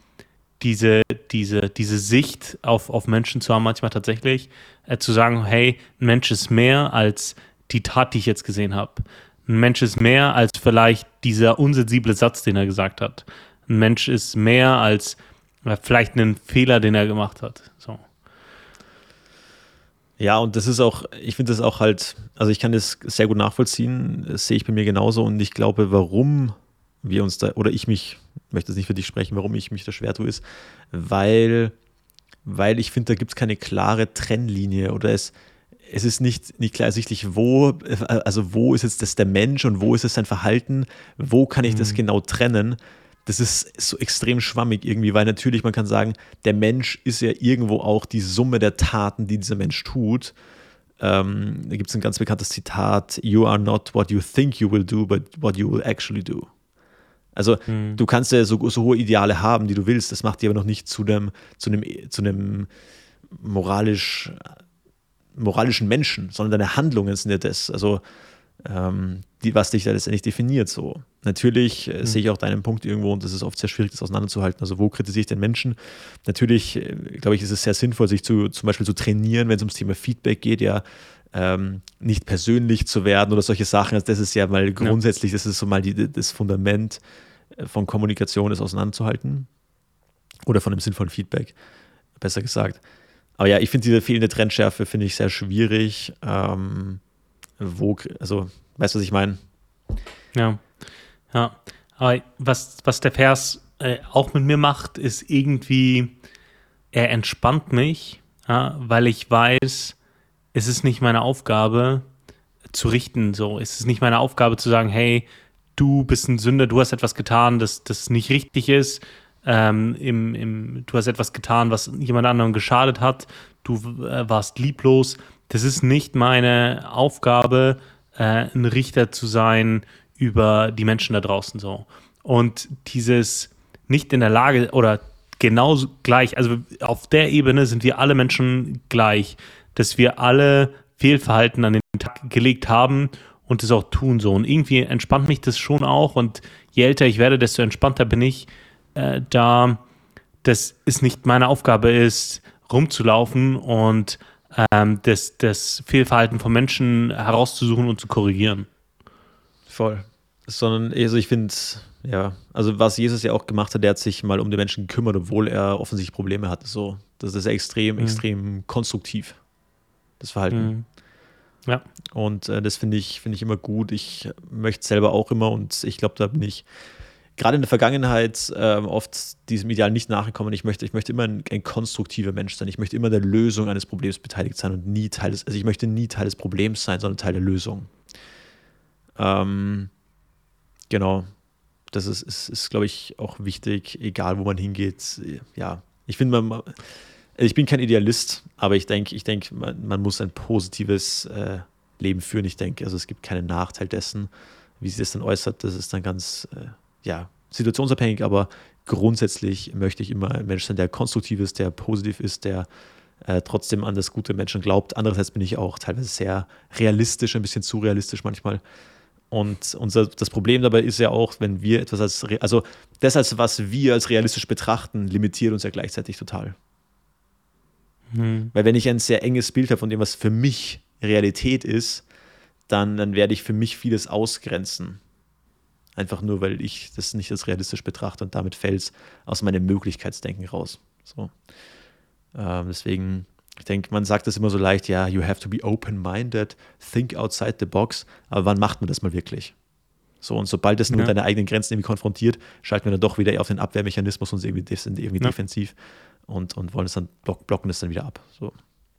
Sicht auf Menschen zu haben, manchmal tatsächlich, zu sagen, hey, ein Mensch ist mehr als die Tat, die ich jetzt gesehen habe. Ein Mensch ist mehr als vielleicht dieser unsensible Satz, den er gesagt hat. Ein Mensch ist mehr als vielleicht einen Fehler, den er gemacht hat. So. Ja, und das ist auch, ich finde das auch halt, also ich kann das sehr gut nachvollziehen, das sehe ich bei mir genauso und ich glaube, warum wir uns da, oder ich möchte jetzt nicht für dich sprechen, warum ich mich da schwer tue, ist, weil ich finde, da gibt es keine klare Trennlinie oder es ist nicht klar ersichtlich, wo ist jetzt das der Mensch und wo ist es sein Verhalten, wo kann ich das genau trennen? Das ist so extrem schwammig irgendwie, weil natürlich man kann sagen, der Mensch ist ja irgendwo auch die Summe der Taten, die dieser Mensch tut. Da gibt es ein ganz bekanntes Zitat, "You are not what you think you will do, but what you will actually do." Also du kannst ja so hohe Ideale haben, die du willst, das macht dich aber noch nicht zu einem moralischen Menschen, sondern deine Handlungen sind ja das, also was dich da letztendlich definiert. So. Natürlich sehe ich auch deinen Punkt irgendwo und das ist oft sehr schwierig, das auseinanderzuhalten. Also wo kritisiere ich den Menschen? Natürlich, glaube ich, ist es sehr sinnvoll, sich zum Beispiel zu trainieren, wenn es ums Thema Feedback geht, ja, nicht persönlich zu werden oder solche Sachen. Also das ist ja mal grundsätzlich, das ist so mal das Fundament von Kommunikation, das auseinanderzuhalten. Oder von einem sinnvollen Feedback, besser gesagt. Aber ja, ich finde diese fehlende Trennschärfe finde ich sehr schwierig. Also, weißt du, was ich meine? Ja. Aber was der Vers auch mit mir macht, ist irgendwie, er entspannt mich, ja, weil ich weiß, es ist nicht meine Aufgabe zu richten. So, es ist nicht meine Aufgabe zu sagen, hey, du bist ein Sünder, du hast etwas getan, das nicht richtig ist. Du hast etwas getan, was jemand anderem geschadet hat. Du warst lieblos. Das ist nicht meine Aufgabe, ein Richter zu sein über die Menschen da draußen so. Und dieses nicht in der Lage oder genauso gleich, also auf der Ebene sind wir alle Menschen gleich, dass wir alle Fehlverhalten an den Tag gelegt haben und es auch tun so. Und irgendwie entspannt mich das schon auch und je älter ich werde, desto entspannter bin ich, da das ist nicht meine Aufgabe ist, rumzulaufen und das Fehlverhalten von Menschen herauszusuchen und zu korrigieren. Voll. Sondern, also ich finde, ja, also was Jesus ja auch gemacht hat, der hat sich mal um die Menschen gekümmert, obwohl er offensichtlich Probleme hatte. So, das ist extrem konstruktiv, das Verhalten. Ja. Und das finde ich immer gut. Ich möchte selber auch immer, und ich glaube, da bin ich gerade in der Vergangenheit oft diesem Ideal nicht nachgekommen. Ich möchte immer ein konstruktiver Mensch sein. Ich möchte immer der Lösung eines Problems beteiligt sein und nie Teil des, also ich möchte nie Teil des Problems sein, sondern Teil der Lösung. Genau. Das ist, glaube ich, auch wichtig, egal wo man hingeht. Ja, ich finde, ich bin kein Idealist, aber ich denke, man muss ein positives Leben führen. Ich denke, also es gibt keinen Nachteil dessen, wie sich das dann äußert. Das ist dann ganz, situationsabhängig, aber grundsätzlich möchte ich immer ein Mensch sein, der konstruktiv ist, der positiv ist, der trotzdem an das gute Menschen glaubt. Andererseits bin ich auch teilweise sehr realistisch, ein bisschen zu realistisch manchmal. Und das Problem dabei ist ja auch, wenn wir etwas was wir als realistisch betrachten, limitiert uns ja gleichzeitig total. Weil wenn ich ein sehr enges Bild habe von dem, was für mich Realität ist, dann werde ich für mich vieles ausgrenzen. Einfach nur, weil ich das nicht als realistisch betrachte und damit fällt es aus meinem Möglichkeitsdenken raus. So. Deswegen, ich denke, man sagt das immer so leicht, ja, you have to be open-minded, think outside the box, aber wann macht man das mal wirklich? So, und sobald es nur deine eigenen Grenzen irgendwie konfrontiert, schalten wir dann doch wieder auf den Abwehrmechanismus und sind irgendwie defensiv und wollen es dann blocken es dann wieder ab. So.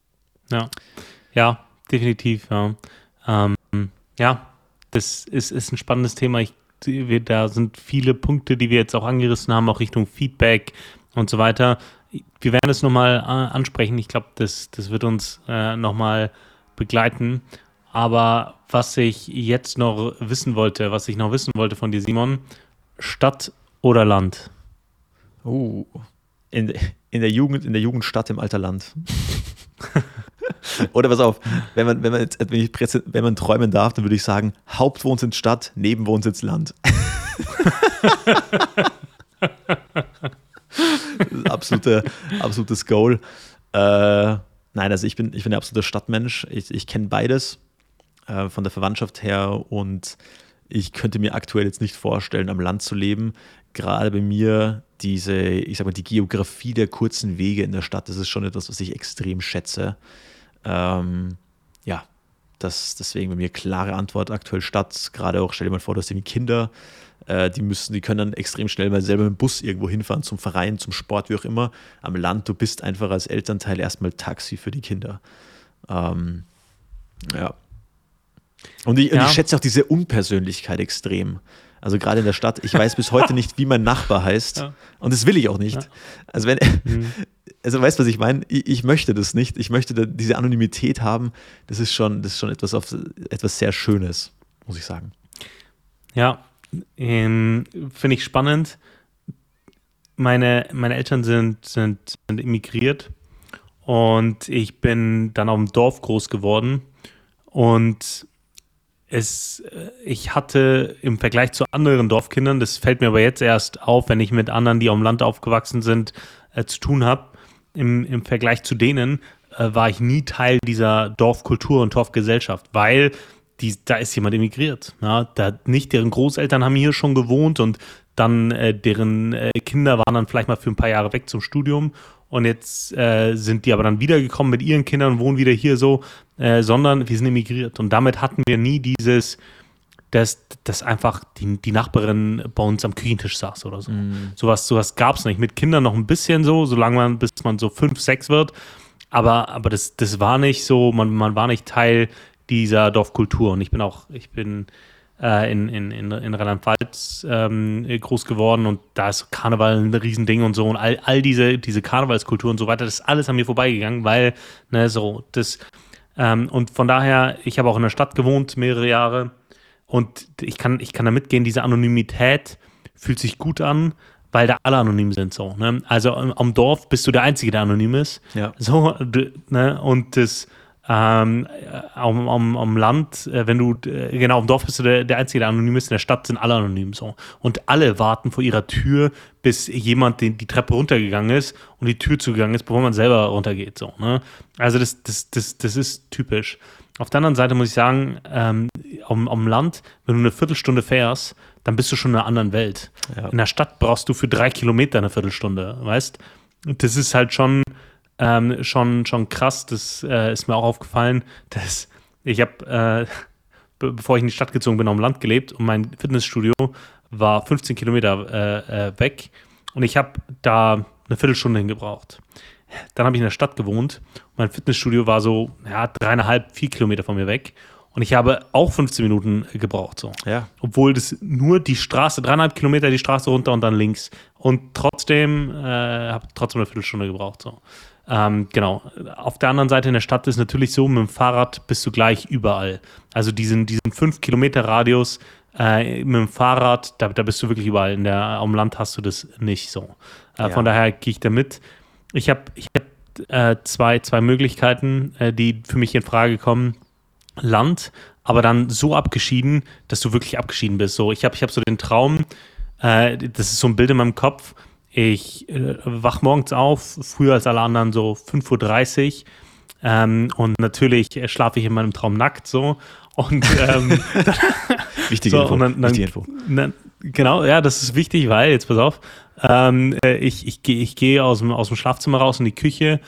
Ja, definitiv. Ja, das ist ein spannendes Thema. Da sind viele Punkte, die wir jetzt auch angerissen haben, auch Richtung Feedback und so weiter. Wir werden es nochmal ansprechen. Ich glaube, das wird uns nochmal begleiten. Aber was ich noch wissen wollte von dir, Simon, Stadt oder Land? In der Jugend Stadt, im Alter Land. Oder pass auf, wenn man träumen darf, dann würde ich sagen, Hauptwohnsitz Stadt, Nebenwohnsitz Land. Das ist absolutes Goal. Nein, also ich bin ein absoluter Stadtmensch. Ich kenne beides von der Verwandtschaft her und ich könnte mir aktuell jetzt nicht vorstellen, am Land zu leben. Gerade bei mir die Geografie der kurzen Wege in der Stadt, das ist schon etwas, was ich extrem schätze. Deswegen bei mir klare Antwort, aktuell Stadt. Gerade auch, stell dir mal vor, du hast irgendwie Kinder, die können dann extrem schnell mal selber mit dem Bus irgendwo hinfahren, zum Verein, zum Sport, wie auch immer. Am Land, du bist einfach als Elternteil erstmal Taxi für die Kinder. Und ich schätze auch diese Unpersönlichkeit extrem. Also gerade in der Stadt, ich weiß bis heute nicht, wie mein Nachbar heißt. Ja. Und das will ich auch nicht. Ja. Also weißt du, was ich meine? Ich möchte das nicht. Ich möchte diese Anonymität haben. Das ist schon etwas sehr Schönes, muss ich sagen. Ja, finde ich spannend. Meine Eltern sind emigriert und ich bin dann auf dem Dorf groß geworden und ich hatte im Vergleich zu anderen Dorfkindern, das fällt mir aber jetzt erst auf, wenn ich mit anderen, die auf dem Land aufgewachsen sind, zu tun habe, im Vergleich zu denen war ich nie Teil dieser Dorfkultur und Dorfgesellschaft, weil da ist jemand emigriert. Ja? Deren Großeltern haben hier schon gewohnt und dann deren Kinder waren dann vielleicht mal für ein paar Jahre weg zum Studium und jetzt sind die aber dann wiedergekommen mit ihren Kindern und wohnen wieder hier so, sondern wir sind emigriert. Und damit hatten wir nie dass einfach die Nachbarin bei uns am Küchentisch saß oder so. Sowas gab es nicht. Mit Kindern noch ein bisschen so, bis man so 5, 6 wird. Aber das war nicht so, man war nicht Teil dieser Dorfkultur. Und ich bin in Rheinland-Pfalz groß geworden und da ist Karneval ein Riesending und so und all diese Karnevalskultur und so weiter, das ist alles an mir vorbeigegangen, weil, und von daher, ich habe auch in der Stadt gewohnt, mehrere Jahre und ich kann da mitgehen, diese Anonymität fühlt sich gut an, weil da alle anonym sind, so, ne? Also am Dorf bist du der Einzige, der anonym ist. Ja. So, ne? Und das am Land, wenn du, genau, im Dorf bist du der Einzige, der anonym ist, in der Stadt sind alle anonym so. Und alle warten vor ihrer Tür, bis jemand die Treppe runtergegangen ist und die Tür zugegangen ist, bevor man selber runtergeht. So, ne? Also das ist typisch. Auf der anderen Seite muss ich sagen, am Land, wenn du eine Viertelstunde fährst, dann bist du schon in einer anderen Welt. Ja. In der Stadt brauchst du für 3 Kilometer eine Viertelstunde, weißt? Das ist halt schon krass. Das ist mir auch aufgefallen, dass ich habe, bevor ich in die Stadt gezogen bin, auf dem Land gelebt und mein Fitnessstudio war 15 Kilometer weg und ich habe da eine Viertelstunde hingebraucht. Dann habe ich in der Stadt gewohnt und mein Fitnessstudio war so 3,5, 4 Kilometer von mir weg. Und ich habe auch 15 Minuten gebraucht. So. Ja. Obwohl das nur die Straße, 3,5 Kilometer die Straße runter und dann links. Und trotzdem habe ich trotzdem eine Viertelstunde gebraucht. So. Genau. Auf der anderen Seite in der Stadt ist natürlich so, mit dem Fahrrad bist du gleich überall. Also diesen 5 Kilometer Radius mit dem Fahrrad, da bist du wirklich überall. Am Land hast du das nicht so. Von daher gehe ich da mit. Ich hab zwei Möglichkeiten, die für mich in Frage kommen. Land, aber dann so abgeschieden, dass du wirklich abgeschieden bist. So, ich hab so den Traum, das ist so ein Bild in meinem Kopf, ich wach morgens auf, früher als alle anderen, so 5:30 Uhr und natürlich schlafe ich in meinem Traum nackt so und wichtige Info. Genau, ja, das ist wichtig, weil, jetzt pass auf, ich gehe aus dem Schlafzimmer raus in die Küche,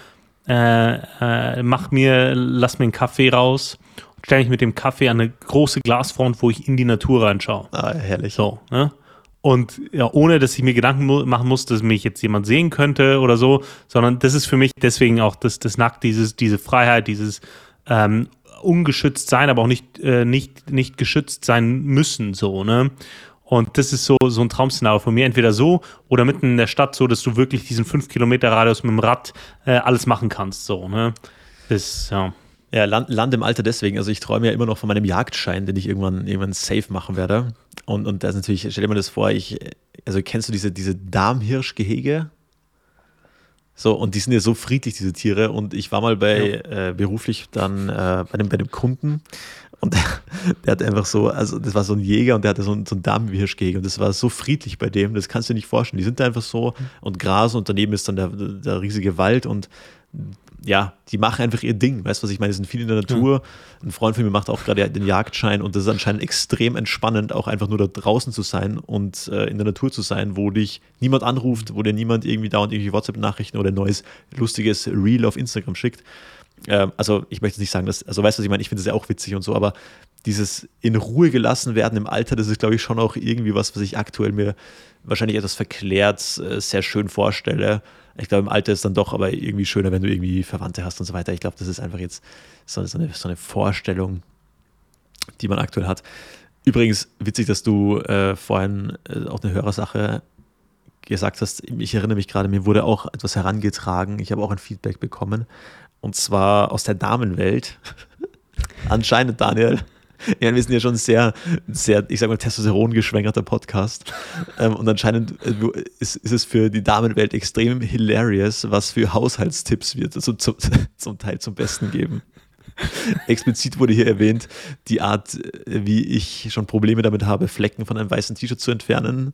lass mir einen Kaffee raus, stelle mich mit dem Kaffee an eine große Glasfront, wo ich in die Natur reinschaue. Ah, herrlich. So, ne? Und ja, ohne, dass ich mir Gedanken machen muss, dass mich jetzt jemand sehen könnte oder so, sondern das ist für mich deswegen auch das Nackt, diese Freiheit, dieses ungeschützt sein, aber auch nicht geschützt sein müssen, so, ne? Und das ist so ein Traum-Szenario von mir, entweder so oder mitten in der Stadt, so, dass du wirklich diesen 5 Kilometer Radius mit dem Rad alles machen kannst, so, ne? Das, ja. Ja, Land im Alter deswegen. Also ich träume ja immer noch von meinem Jagdschein, den ich irgendwann safe machen werde. Und das ist natürlich, stell dir mal das vor, also kennst du diese Damhirschgehege? So, und die sind ja so friedlich, diese Tiere. Und ich war mal beruflich dann bei dem Kunden und der hat einfach so, also das war so ein Jäger und der hatte so ein Damhirschgehege und das war so friedlich bei dem, das kannst du dir nicht vorstellen. Die sind da einfach so und grasen und daneben ist dann der riesige Wald und ja, die machen einfach ihr Ding, weißt du, was ich meine? Die sind viel in der Natur. Ein Freund von mir macht auch gerade den Jagdschein und das ist anscheinend extrem entspannend, auch einfach nur da draußen zu sein und in der Natur zu sein, wo dich niemand anruft, wo dir niemand irgendwie dauernd irgendwie WhatsApp-Nachrichten oder ein neues, lustiges Reel auf Instagram schickt. Also ich möchte nicht sagen, also weißt du, was ich meine? Ich finde das ja auch witzig und so, aber dieses in Ruhe gelassen werden im Alter, das ist, glaube ich, schon auch irgendwie was ich aktuell mir wahrscheinlich etwas verklärt sehr schön vorstelle. Ich glaube, im Alter ist dann doch aber irgendwie schöner, wenn du irgendwie Verwandte hast und so weiter. Ich glaube, das ist einfach jetzt so eine Vorstellung, die man aktuell hat. Übrigens, witzig, dass du vorhin auch eine Hörersache gesagt hast. Ich erinnere mich gerade, mir wurde auch etwas herangetragen. Ich habe auch ein Feedback bekommen. Und zwar aus der Damenwelt. Anscheinend, Daniel. Ja, wir sind ja schon sehr, ich sag mal, Testosteron-geschwängerter Podcast. Und anscheinend ist es für die Damenwelt extrem hilarious, was für Haushaltstipps wir zum Teil zum Besten geben. Explizit wurde hier erwähnt, die Art, wie ich schon Probleme damit habe, Flecken von einem weißen T-Shirt zu entfernen.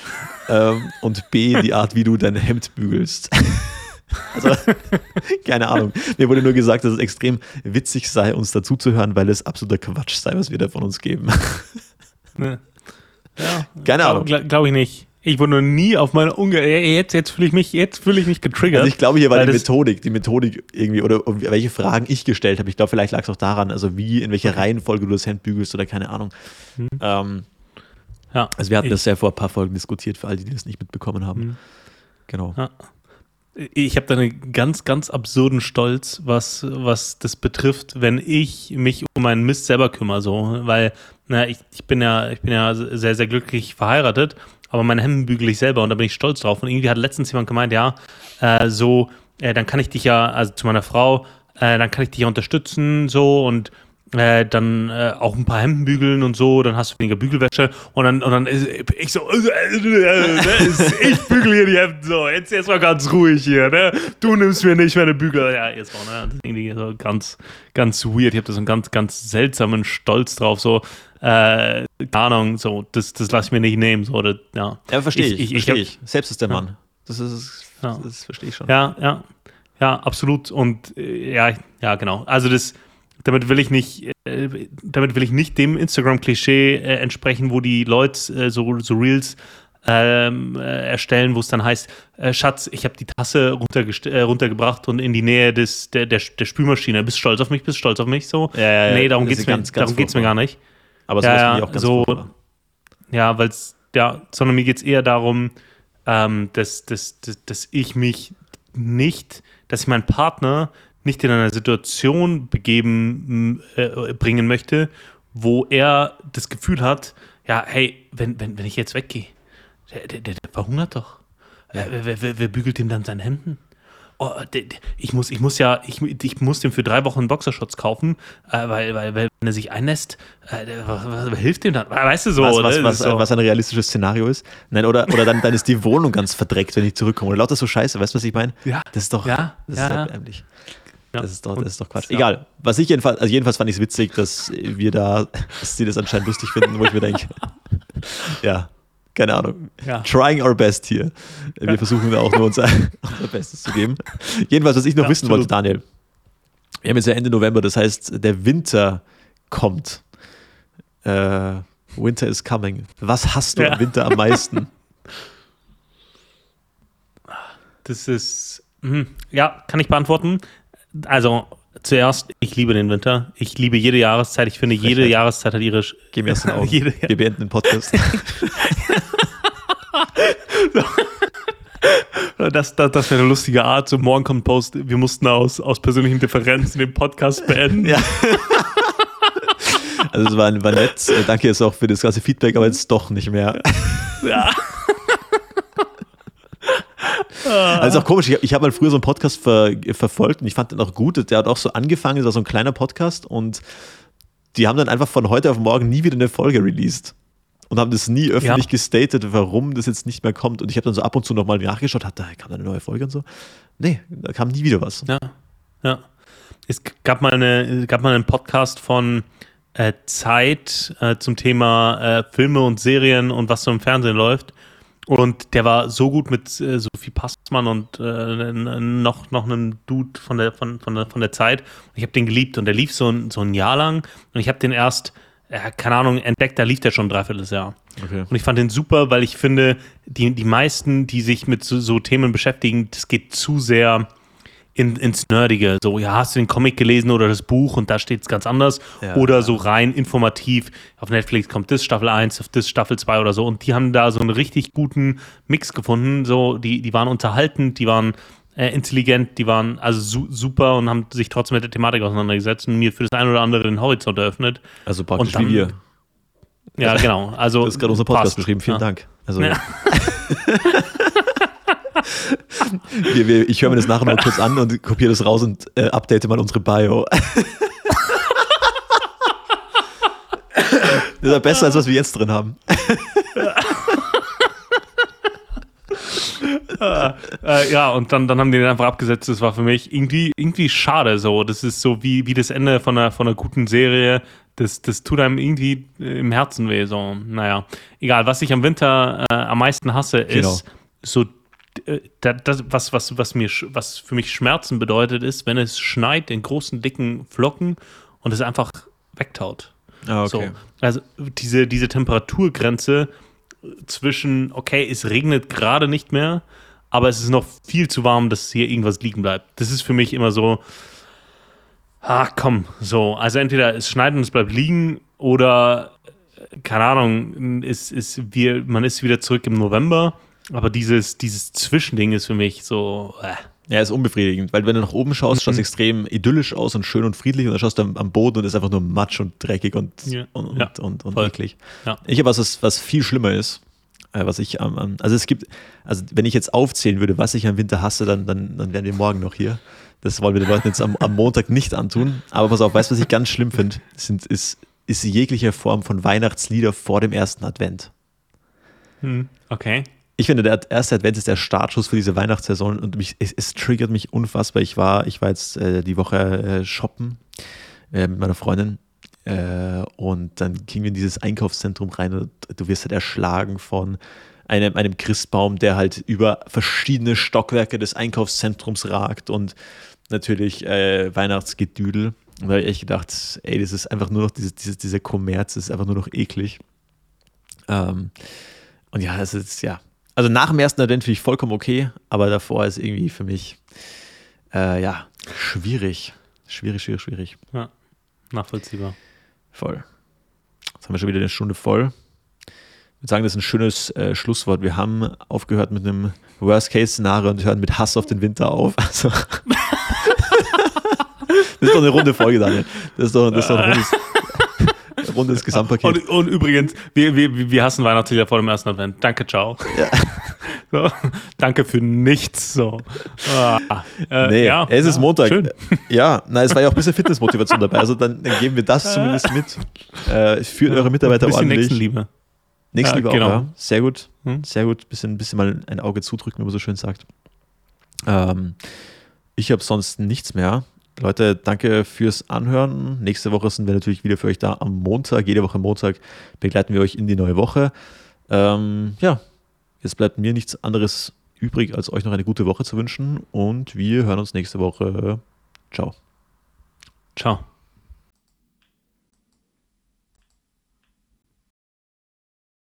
Und B, die Art, wie du dein Hemd bügelst. Also, keine Ahnung. Mir wurde nur gesagt, dass es extrem witzig sei, uns dazuzuhören, weil es absoluter Quatsch sei, was wir da von uns geben. Ja. Keine Ahnung. Glaube ich nicht. Ich wurde noch nie auf meine jetzt fühle ich mich getriggert. Also ich glaube, hier war die Methodik irgendwie, oder welche Fragen ich gestellt habe. Ich glaube, vielleicht lag es auch daran, also in welcher Reihenfolge du das Hemd bügelst oder keine Ahnung. Ja, also wir hatten das ja vor ein paar Folgen diskutiert, für alle, die das nicht mitbekommen haben. Genau. Ja. Ich habe da einen ganz, ganz absurden Stolz, was das betrifft, wenn ich mich um meinen Mist selber kümmere, so, weil ich bin ja sehr, sehr glücklich verheiratet, aber meine Hemden bügele ich selber und da bin ich stolz drauf. Und irgendwie hat letztens jemand gemeint, dann kann ich dich ja, also zu meiner Frau, dann kann ich dich ja unterstützen, so, und dann auch ein paar Hemden bügeln und so, dann hast du weniger Bügelwäsche und dann ist ich so, ich bügel hier die Hemden so, jetzt mal ganz ruhig hier, ne? Du nimmst mir nicht meine Bügel. Ja, jetzt mal, ne? Das ist irgendwie so ganz, ganz weird. Ich habe da so einen ganz, ganz seltsamen Stolz drauf, so, keine Ahnung, so, das lasse ich mir nicht nehmen, so, oder, ja. Ja, verstehe ich. Selbst ist der Mann. Das verstehe ich schon. Ja, absolut. Und ja, genau. Also damit will ich nicht dem Instagram-Klischee entsprechen, wo die Leute so Reels erstellen, wo es dann heißt, Schatz, ich habe die Tasse runtergebracht und in die Nähe der Spülmaschine. Bist du stolz auf mich? So? Ja, nee, darum geht's mir gar nicht. Aber sowas finde ich auch ganz so. Ja, sondern mir geht es eher darum, dass ich meinen Partner nicht in einer Situation bringen möchte, wo er das Gefühl hat, ja, hey, wenn ich jetzt weggehe, der verhungert doch. Ja. Wer bügelt ihm dann seine Hemden? Oh, ich muss dem für 3 Wochen Boxershorts kaufen, weil wenn er sich einnässt, was hilft dem dann? Weißt du so? Was ein realistisches Szenario ist? Nein, oder dann ist die Wohnung ganz verdreckt, wenn ich zurückkomme. Oder lauter so Scheiße, weißt du, was ich meine? Ja. Das ist doch erbärmlich. Ja. Das ist doch Quatsch. Ja. Egal. Jedenfalls fand ich es witzig, dass sie das anscheinend lustig finden, wo ich mir denke, ja, keine Ahnung. Ja. Trying our best hier. Wir versuchen da auch nur unser Bestes zu geben. Jedenfalls, was ich noch wissen wollte, Daniel. Wir haben jetzt ja Ende November, das heißt, der Winter kommt. Winter is coming. Was hast du im Winter am meisten? Das ist, kann ich beantworten. Also, zuerst, ich liebe den Winter. Ich liebe jede Jahreszeit. Ich finde, jede Jahreszeit hat ihre... Geh mir aus den Augen. Wir beenden den Podcast. Das wäre eine lustige Art. So, morgen kommt Post, wir mussten aus persönlichen Differenzen den Podcast beenden. Ja. Also, es war nett. Danke jetzt auch für das ganze Feedback, aber jetzt doch nicht mehr. Ja. Also auch komisch, ich habe mal früher so einen Podcast verfolgt und ich fand den auch gut. Der hat auch so angefangen, das war so ein kleiner Podcast und die haben dann einfach von heute auf morgen nie wieder eine Folge released und haben das nie öffentlich gestatet, warum das jetzt nicht mehr kommt. Und ich habe dann so ab und zu nochmal nachgeschaut, kam da eine neue Folge und so. Nee, da kam nie wieder was. Ja. Es gab mal einen Podcast von Zeit zum Thema Filme und Serien und was so im Fernsehen läuft. Und der war so gut mit Sophie Passmann und noch einem Dude von der Zeit. Und ich habe den geliebt und der lief so ein Jahr lang. Und ich habe den erst, keine Ahnung, entdeckt, da lief der schon ein Dreivierteljahr. Okay. Und ich fand den super, weil ich finde, die meisten, die sich mit so Themen beschäftigen, das geht zu sehr ins Nerdige. So, ja, hast du den Comic gelesen oder das Buch und da steht es ganz anders. Ja, oder so rein informativ. Auf Netflix kommt das Staffel 1, auf das Staffel 2 oder so. Und die haben da so einen richtig guten Mix gefunden. So, die waren unterhaltend, die waren intelligent, die waren also super und haben sich trotzdem mit der Thematik auseinandergesetzt und mir für das ein oder andere den Horizont eröffnet. Also praktisch wie wir. Ja, genau. Also, du hast gerade unser Podcast beschrieben. Vielen Dank. Also, ja. Ich höre mir das nachher mal kurz an und kopiere das raus und update mal unsere Bio. Das ist ja besser, als was wir jetzt drin haben. Ja, und dann haben die den einfach abgesetzt. Das war für mich irgendwie schade so. Das ist so wie das Ende von einer guten Serie. Das tut einem irgendwie im Herzen weh. So, naja, egal. Was ich am Winter am meisten hasse, ist so das, was für mich Schmerzen bedeutet, ist, wenn es schneit in großen, dicken Flocken und es einfach wegtaut. Ah, okay. So, also diese Temperaturgrenze zwischen, okay, es regnet gerade nicht mehr, aber es ist noch viel zu warm, dass hier irgendwas liegen bleibt. Das ist für mich immer so, komm, so. Also entweder es schneit und es bleibt liegen oder, keine Ahnung, man ist wieder zurück im November. Aber dieses Zwischending ist für mich so. Ja, ist unbefriedigend, weil wenn du nach oben schaust, schaut es extrem idyllisch aus und schön und friedlich und dann schaust du am Boden und ist einfach nur matsch und dreckig und eklig. Ja. Ich habe was viel schlimmer ist, was ich wenn ich jetzt aufzählen würde, was ich am Winter hasse, dann wären wir morgen noch hier. Das wollen wir den Leuten jetzt am Montag nicht antun. Aber pass auf, weißt du, was ich ganz schlimm finde? Ist jegliche Form von Weihnachtslieder vor dem ersten Advent. Okay. Ich finde, der erste Advent ist der Startschuss für diese Weihnachtssaison und es triggert mich unfassbar. Ich war jetzt die Woche shoppen mit meiner Freundin und dann gingen wir in dieses Einkaufszentrum rein und du wirst halt erschlagen von einem Christbaum, der halt über verschiedene Stockwerke des Einkaufszentrums ragt und natürlich Weihnachtsgedüdel. Und da habe ich echt gedacht, ey, das ist einfach nur noch dieser Kommerz, das ist einfach nur noch eklig. Und ja, es ist, ja. Also nach dem ersten Advent finde ich vollkommen okay, aber davor ist irgendwie für mich, schwierig. Schwierig. Ja, nachvollziehbar. Voll. Jetzt haben wir schon wieder eine Stunde voll. Ich würde sagen, das ist ein schönes Schlusswort. Wir haben aufgehört mit einem Worst-Case-Szenario und hören mit Hass auf den Winter auf. Also das ist doch eine runde Folge, Daniel. Das ist doch ein rundes Gesamtpaket. Und übrigens, wir hassen Weihnachtslieder vor dem ersten Advent. Danke, ciao. Ja. So, danke für nichts. So. Es ist Montag. Schön. Ja, es war ja auch ein bisschen Fitnessmotivation dabei. Also dann geben wir das zumindest mit. Führt eure Mitarbeiter ordentlich. Nächstenliebe. Nächstenliebe genau. auch, ja. Sehr gut. Sehr gut. Bisschen mal ein Auge zudrücken, wie man so schön sagt. Ich habe sonst nichts mehr. Leute, danke fürs Anhören. Nächste Woche sind wir natürlich wieder für euch da am Montag. Jede Woche Montag begleiten wir euch in die neue Woche. Jetzt bleibt mir nichts anderes übrig, als euch noch eine gute Woche zu wünschen. Und wir hören uns nächste Woche. Ciao. Ciao.